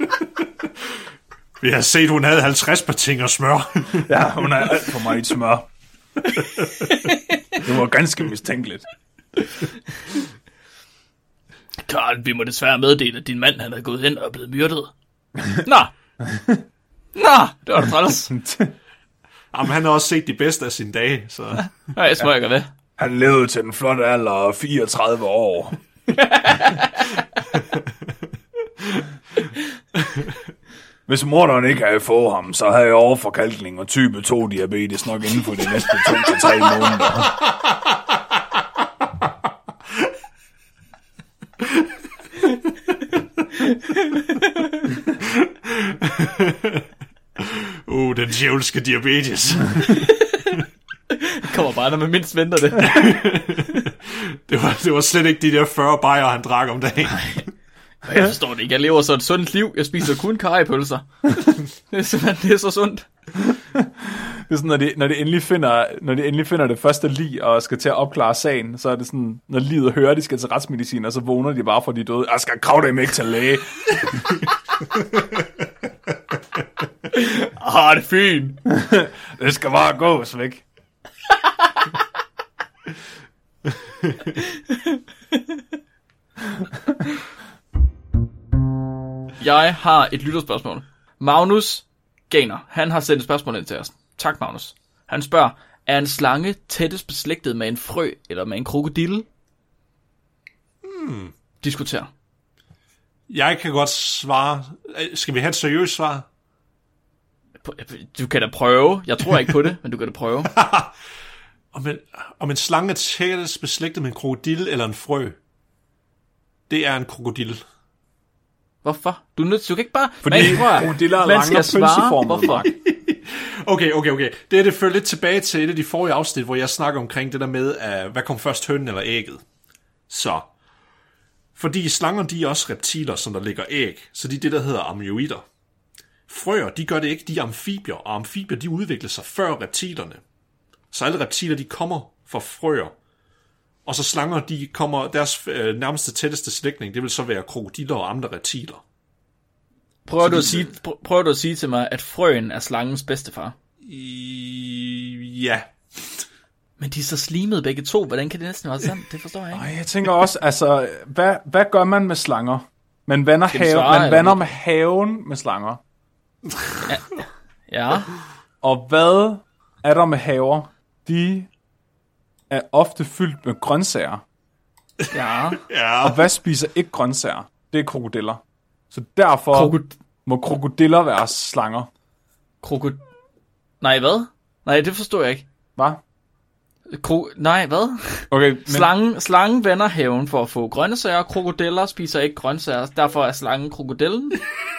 Vi har set, hun havde halvtreds partinger smør. Ja, hun har alt for meget smør. Det var ganske mistænkeligt. Karl, vi må desværre meddele, at din mand han er gået hen og er blevet myrdet. Nå! Nå, det var det træls. Jamen, han har også set de bedste af sine dage, så... Ja, jeg smøger det. Han levede til den flotte alder af fireogtredive år. Hvis morderen ikke havde fået ham, så havde jeg overforkalkning og type to diabetes nok inden for de næste to til tre måneder. Uh, den djævelske diabetes. Det kommer bare, når man mindst venter det. det, var, det var slet ikke de der fyrre bajer, han drak om dagen. Jeg forstår det ikke. Jeg lever så et sundt liv. Jeg spiser kun karrypølser. Det er simpelthen det er så sundt. Det er sådan, når de, når, de endelig finder, når de endelig finder det første lig og skal til at opklare sagen, så er det sådan, når livet hører, de skal til retsmedicin, og så vågner de bare for de døde. Jeg skal krave dem ikke til læge. Ah, det er fint. Det skal bare gås væk. Jeg har et lytterspørgsmål. Magnus Gainer, han har sendt et spørgsmål ind til os. Tak, Magnus. Han spørger, er en slange tættest beslægtet med en frø eller med en krokodille? Hmm. Diskuter. Jeg kan godt svare. Skal vi have et seriøst svar? Du kan da prøve. Jeg tror ikke på det, men du kan da prøve. om, en, om en slange er tættest beslægtet med en krokodille eller en frø? Det er en krokodille. Hvorfor? Du, er nødt, du kan ikke bare... Fordi krokodiller er lange pølseformer. Hvorfor? Okay, okay, okay. Det er det fører lidt tilbage til et af de forrige afsnit, hvor jeg snakker omkring det der med, uh, hvad kom først, hønen eller ægget? Så. Fordi slanger, de er også reptiler, som der lægger æg. Så de er det, der hedder ammoider. Frøer, de gør det ikke. De er amfibier, og amfibier, de udvikler sig før reptilerne. Så alle reptiler, de kommer fra frøer. Og så slanger, de kommer, deres øh, nærmeste tætteste slægtning, det vil så være krokodiller og andre reptiler. Prøver du, at sige, pr- prøver du at sige til mig, at frøen er slangens bedstefar? I... Ja. Men de er så slimede begge to. Hvordan kan det næsten være sandt? Det forstår jeg ikke. Ej, jeg tænker også, altså, hvad, hvad gør man med slanger? Man vander, have, svare, man vander med haven med slanger. Ja. ja. Og hvad er der med haver? De er ofte fyldt med grøntsager. Ja. ja. Og hvad spiser ikke grøntsager? Det er krokodiller. Så derfor Krokod- må krokodiller være slanger. Krokod... Nej, hvad? Nej, det forstår jeg ikke. Hvad? Kro... Nej, hvad? Okay, men... Slangen, slangen vender haven for at få grøntsager. Krokodiller spiser ikke grøntsager. Derfor er slangen krokodillen.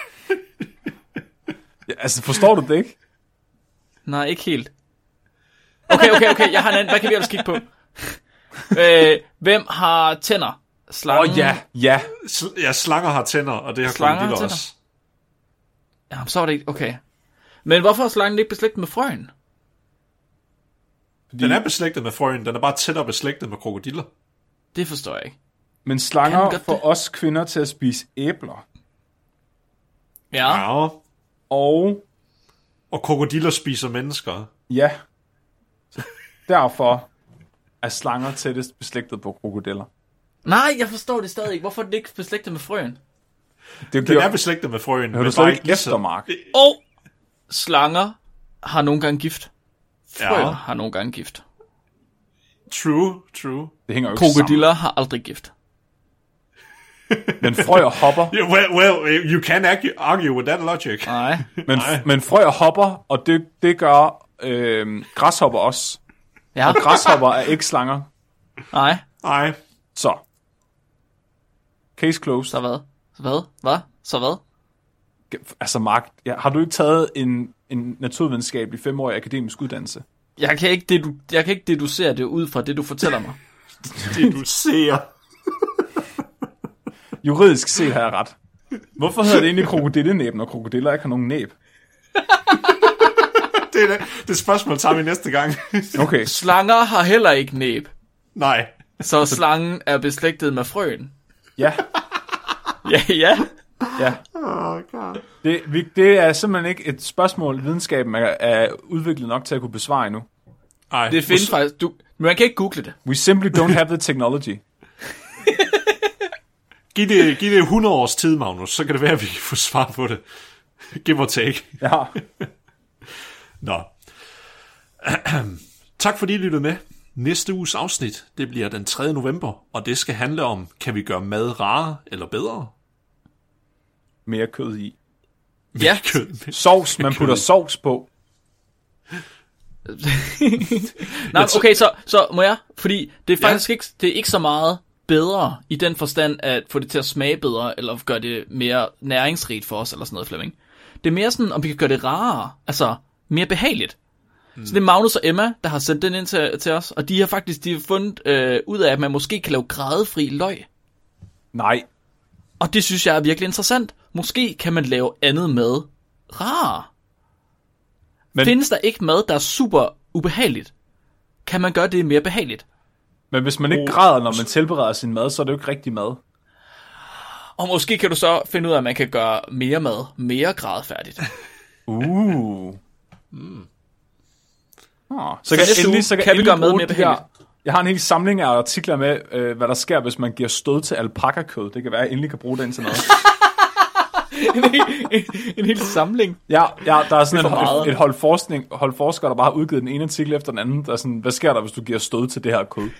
Ja, altså, forstår du det ikke? Nej, ikke helt. Okay, okay, okay. Jeg har en anden. Hvad kan vi ellers kigge på? øh, hvem har tænder? Slangen? Åh, oh, ja, ja. Sl- ja, slanger har tænder, og det har Slanger har krokodiller også. Ja, så var det ikke... Okay. Men hvorfor er slangen ikke beslægtet med frøen? Den er beslægtet med frøen, den er bare tættere beslægtet med krokodiller. Det forstår jeg ikke. Men Kan slanger den godt får det? os kvinder til at spise æbler. Ja. Ja. Og Og krokodiller spiser mennesker. ja, så derfor er slanger tættest beslægtet på krokodiller. Nej, jeg forstår det stadig ikke. Hvorfor er det ikke beslægtet med frøen? Det Den giver, er beslægtet med frøen. hører du men slet bare ikke lige så- efter, Mark? Og slanger har nogle gange gift. Frøer Ja. har nogle gange gift. True, true. Det hænger jo ikke Krokodiller har aldrig gift. sammen. Men frøer hopper. Yeah, well, well, you can argue, argue with that logic. Nej. Men, men frøer hopper, og det, det gør øh, græshopper også. Ja. Og græshopper er ikke slanger. Nej. Nej. Så. Case closed. Så hvad? Så hvad? Hvad? Så hvad? Altså, Mark, ja, har du ikke taget en, en naturvidenskabelig femårig akademisk uddannelse? Jeg kan ikke dedu- jeg kan ikke deducere det ud fra det, du fortæller mig. Det du ser. Juridisk set har jeg ret. Hvorfor hedder det egentlig krokodillenæb, når krokodiller ikke har nogen næb? Det er det, det spørgsmål tager vi næste gang. Okay. Slanger har heller ikke næb. Nej. Så slangen er beslægtet med frøen. Ja, Ja, ja. ja. Oh, God. Det, vi, det er simpelthen ikke et spørgsmål, videnskaben er, er udviklet nok til at kunne besvare endnu. Ej, Det findes faktisk... Du, man kan ikke google det. We simply don't have the technology. Giv det, giv det hundrede års tid, Magnus, så kan det være, at vi kan få svar på det. Give or take. Ja. Nå. Tak fordi I lyttede med. Næste uges afsnit, det bliver den tredje november, og det skal handle om, kan vi gøre mad rarere eller bedre? Mere kød i. Ja. Kød. Sovs, man putter sovs på. Nej, okay, så, så må jeg, fordi det er faktisk ja. ikke, det er ikke så meget bedre i den forstand at få det til at smage bedre, eller gøre det mere næringsrigt for os, eller sådan noget, Flemming. Det er mere sådan, om vi kan gøre det rarere, altså mere behageligt. Mm. Så det er Magnus og Emma, der har sendt den ind til, til os, og de har faktisk de har fundet øh, ud af, at man måske kan lave gradefri løg. Nej. Og det synes jeg er virkelig interessant. Måske kan man lave andet mad rarere. Men, Findes der ikke mad, der er super ubehageligt? Kan man gøre det mere behageligt? men hvis man ikke græder, når man tilbereder sin mad, så er det jo ikke rigtig mad. Og måske kan du så finde ud af, at man kan gøre mere mad mere gradfærdigt. Uh. Mm. Oh, så, Så kan, næste endelig, uge så kan, kan vi endelig gøre mad bruge mere de her- behageligt. Jeg har en hel samling af artikler med, øh, hvad der sker, hvis man giver stød til alpaka-kød. Det kan være, at jeg endelig kan bruge den til noget. en, en, en hel samling. Ja, ja, der er sådan Det er for et, meget. et, et hold, forskning, hold forskere, der bare har udgivet den ene artikel efter den anden. Der er sådan, hvad sker der, hvis du giver stød til det her kød?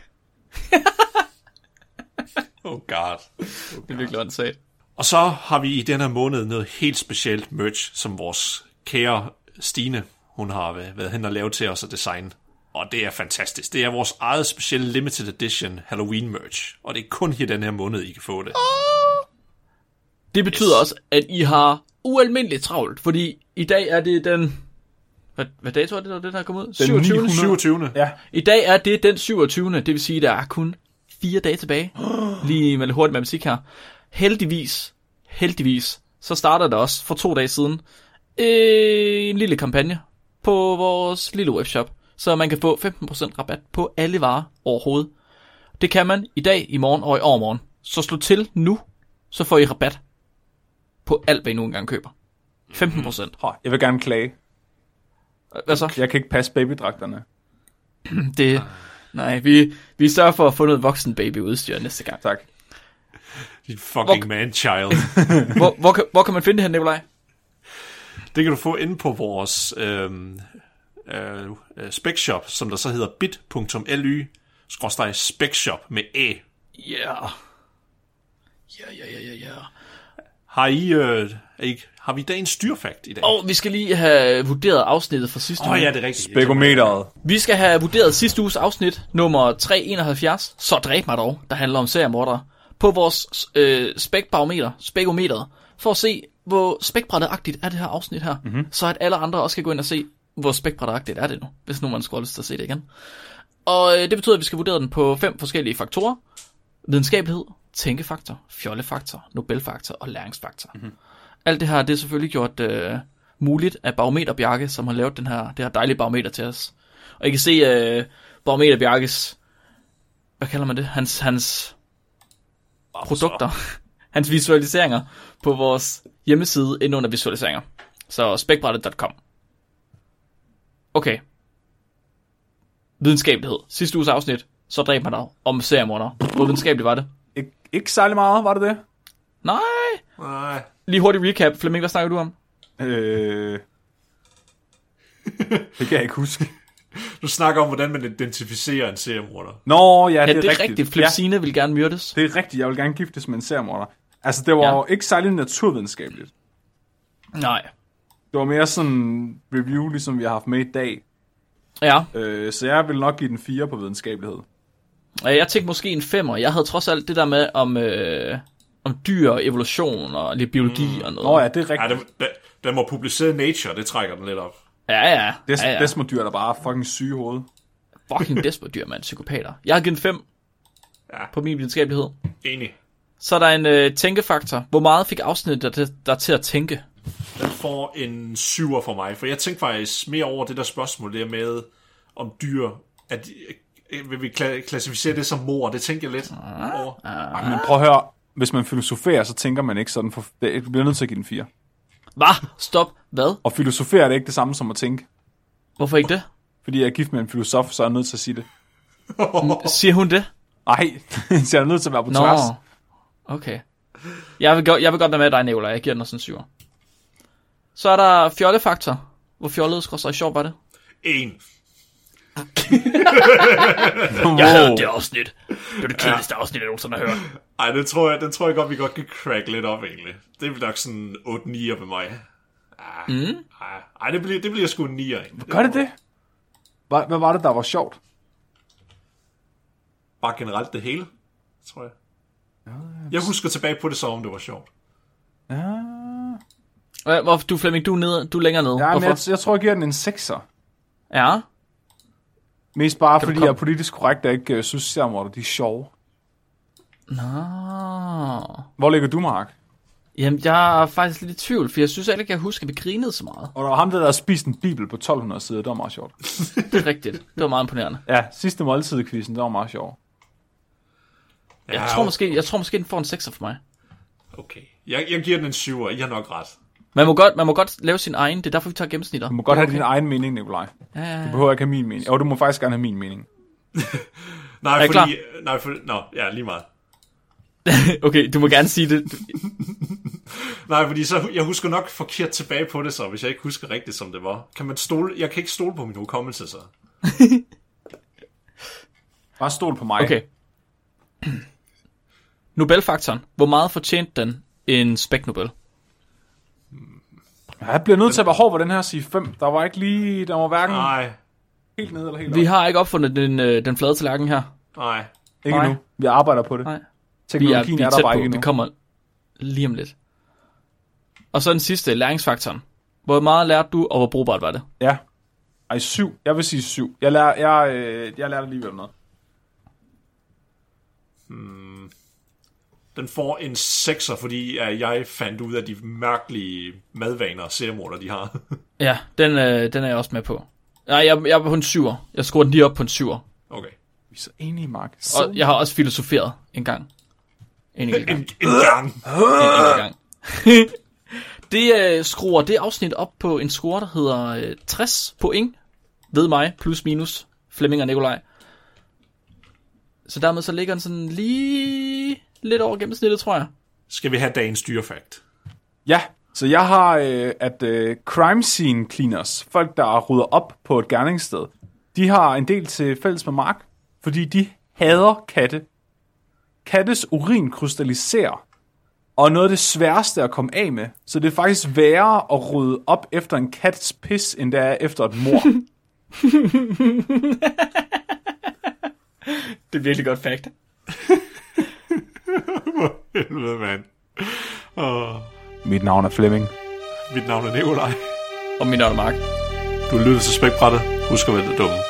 Oh god. Det er virkelig åndssvagt. Og så har vi i den her måned noget helt specielt merch, som vores kære Stine, hun har været hen og lavet til os at designe. Og det er fantastisk. Det er vores eget specielle limited edition Halloween merch. Og det er kun i den her måned, I kan få det. Det betyder yes. også, at I har ualmindeligt travlt, fordi i dag er det den... Hvad, hvad dato er det, der, det der er kommet ud? syvogtyvende syvogtyvende Ja. I dag er det den syvogtyvende Det vil sige, at der er kun fire dage tilbage. Lige med lidt hurtigt matematik her. Heldigvis, heldigvis, så starter det også for to dage siden øh, en lille kampagne på vores lille webshop, så man kan få femten procent rabat på alle varer overhovedet. Det kan man i dag, i morgen og i overmorgen. Så slå til nu, så får I rabat på alt, hvad I nu engang køber. femten procent. Oh, jeg vil gerne klage. Hvad så? Jeg kan ikke passe babydragterne. Det, nej, vi, vi sørger for at få noget voksen babyudstyr næste gang. Tak. Dit fucking Hvor- man-child. Hvor, hvor, kan, hvor kan man finde det her, Nikolaj? Det kan du få inde på vores øhm, øh, øh, specshop, som der så hedder bit punktum l y skråstreg specshop med æ. Ja. Ja, ja, ja, ja, ja. Har I, øh, er I har vi dagens styrfakt i dag? Åh, Og vi skal lige have vurderet afsnittet fra sidste oh, uge. ja, det er rigtigt. Begometeret. Vi skal have vurderet sidste uges afsnit, nummer tre enoghalvfjerds, så dræb mig dog, der handler om seriemordere, på vores øh, spækbarometer, spækometeret, for at se, hvor spækbrættet-agtigt er det her afsnit her, mm-hmm. så at alle andre også kan gå ind og se, hvor spækbrættet-agtigt er det nu, hvis nu man skulle have lyst til at se det igen. Og øh, det betyder, at vi skal vurdere den på fem forskellige faktorer. Videnskabelighed, tænkefaktor, fjollefaktor, Nobelfaktor og læringsfaktor. Mm-hmm. Alt det her, det er selvfølgelig gjort øh, muligt af Barometer Bjarke, som har lavet den her, det her dejlige barometer til os. Og I kan se øh, Barometer Bjarkes, hvad kalder man det? Hans, hans produkter, hans visualiseringer på vores hjemmeside inde under visualiseringer. Så spækbrættet punktum com. Okay. Videnskabelighed. Sidste uges afsnit, så dræb man dig om seriemorder. Hvor videnskabeligt var det? Ik- ikke særlig meget, var det det? Nej. Nej. Lige hurtigt recap. Flemming, hvad snakker du om? Øh... det kan jeg ikke huske. Du snakker om, hvordan man identificerer en seriemorder. Nå, ja, Ja, det, det er er rigtigt. rigtigt. Flipsine ja. vil gerne myrdes. Det er rigtigt, jeg vil gerne giftes med en seriemorder. Altså, det var Ja. jo ikke særlig naturvidenskabeligt. Nej. Det var mere sådan review, ligesom vi har haft med i dag. Ja. Øh, så jeg vil nok give den fire på videnskabelighed. Jeg tænkte måske en femmer. Jeg havde trods alt det der med om, øh, om dyr og evolution og lidt biologi mm. og noget. Nå ja, det er Ja, rigtigt. den, den, den var publiceret i Nature, det trækker den lidt op. Ja, ja. Des, ja, ja. Desmodyr, der bare er fucking syge i hovedet. Fucking despodyr, mand. Psykopater. Jeg har givet en fem Ja. på min videnskabelighed. Enig. Så er der en øh, tænkefaktor. Hvor meget fik afsnittet der, der til at tænke? Den får en syver for mig, for jeg tænkte faktisk mere over det der spørgsmål, der med om dyr, at vil vi kla- klassificere det som mor, det tænker jeg lidt over. Ej, men prøv at høre, hvis man filosoferer, så tænker man ikke sådan, for det bliver nødt til at give den fire. Hvad? Stop. Hvad? Og filosofere er det ikke det samme som at tænke. Hvorfor ikke det? Fordi jeg er gift med en filosof, så er jeg nødt til at sige det. Siger hun det? Nej, så jeg er nødt til at være på tværs. Nå. Okay. Jeg vil, go- jeg vil godt være med dig, Nicolaj. Jeg giver den også en syver. Så er der fjollefaktor. Hvor fjollet skråstrej sjov var det? En. Jeg havde det afsnit. Det var det kedeligste ja. afsnit, jeg nogensinde har hørt. Ej, den tror, jeg, den tror jeg godt, vi godt kan crack lidt op, egentlig. Det bliver nok sådan otte nier med mig. Ah, mm. Ej, det bliver, det bliver sgu en nier. Gør det det? Hvad, hvad var det, der var sjovt? Bare generelt det hele, tror jeg. Jeg husker tilbage på det, som om det var sjovt. Ja. Hvorfor du, Flemming, du er, nede, du er længere nede? Ja, men Hvorfor? jeg, jeg tror, jeg giver den en sekser. Ja. Mest bare, Kan fordi komme- jeg er politisk korrekt, og ikke uh, synes, seriemorder, de er sjove. Nå. Hvor ligger du, Mark? Jamen, jeg er faktisk lidt i tvivl, for jeg synes ikke, jeg kan huske, at vi grinede så meget. Og der var ham, der, der spiste en bibel på tolv hundrede sider, det var meget sjovt. Det er rigtigt. Det var meget imponerende. Ja, sidste måltid-quizzen, det var meget sjovt. Jeg Ja, tror måske, jeg tror måske, den får en sekser for mig. Okay. Jeg, jeg giver den en syver, I har nok ret. Man må godt, man må godt lave sin egen. Det er derfor, vi tager gennemsnitter. Du må godt Okay. have din egen mening, Nikolaj. Ja, ja, Du ja. behøver ikke have min mening. Og du må faktisk gerne have min mening. Nej, Er I fordi... Nej, for, nå, ja, lige meget. Okay, du må gerne sige det. Nej, fordi så, jeg husker nok forkert tilbage på det så, hvis jeg ikke husker rigtigt, som det var. Kan man stole... Jeg kan ikke stole på min hukommelse, så. Bare stol på mig. Okay. Nobelfaktoren. Hvor meget fortjente den en Spec Nobel? Jeg bliver nødt til at være hård ved den her sige fem. Der var ikke lige... Der var hverken Nej, helt ned eller helt Vi op. har ikke opfundet den, øh, den flade tallerken her. nej. Ikke Nej. nu. Vi arbejder på det. Nej. Vi er, Teknologien vi er, er der tæt bare på. ikke endnu. Det kommer lige om lidt. Og så den sidste, læringsfaktoren. Hvor meget lærte du, og hvor brugbart var det? Ja. Ej, syv. Jeg vil sige syv. Jeg lærer, jeg, øh, jeg lærer alligevel noget. Den får en sekser, fordi at jeg fandt ud af de mærkelige madvaner og seriemorder, de har. Ja, den, øh, den er jeg også med på. Nej, jeg, jeg er på en syver. Jeg scorer den lige op på en syver. Okay. Vi er så enige, Mark. Så... Og jeg har også filosoferet en gang. En enkelt gang. En, en gang. En enkelt gang. Det øh, skruer det afsnit op på en score, der hedder øh, tres point. Ved mig, plus minus. Flemming og Nikolaj. Så dermed så ligger den sådan lige lidt over gennemsnittet, tror jeg. Skal vi have dagens dyrefakt? Ja, så jeg har, øh, at øh, crime scene cleaners, folk der rydder op på et gerningssted, de har en del til fælles med Mark, fordi de hader katte. Kattes urin krystalliserer, og er noget af det sværeste at komme af med. Så det er faktisk værre at rydde op efter en kats pis, end det er efter et mord. Det er virkelig godt fact. Helvede, mand. Oh, Mit navn er Flemming. mit navn er Nikolaj. Og min navn er Mark. Du lytter til Spækbrættet. Husk at være det dumme.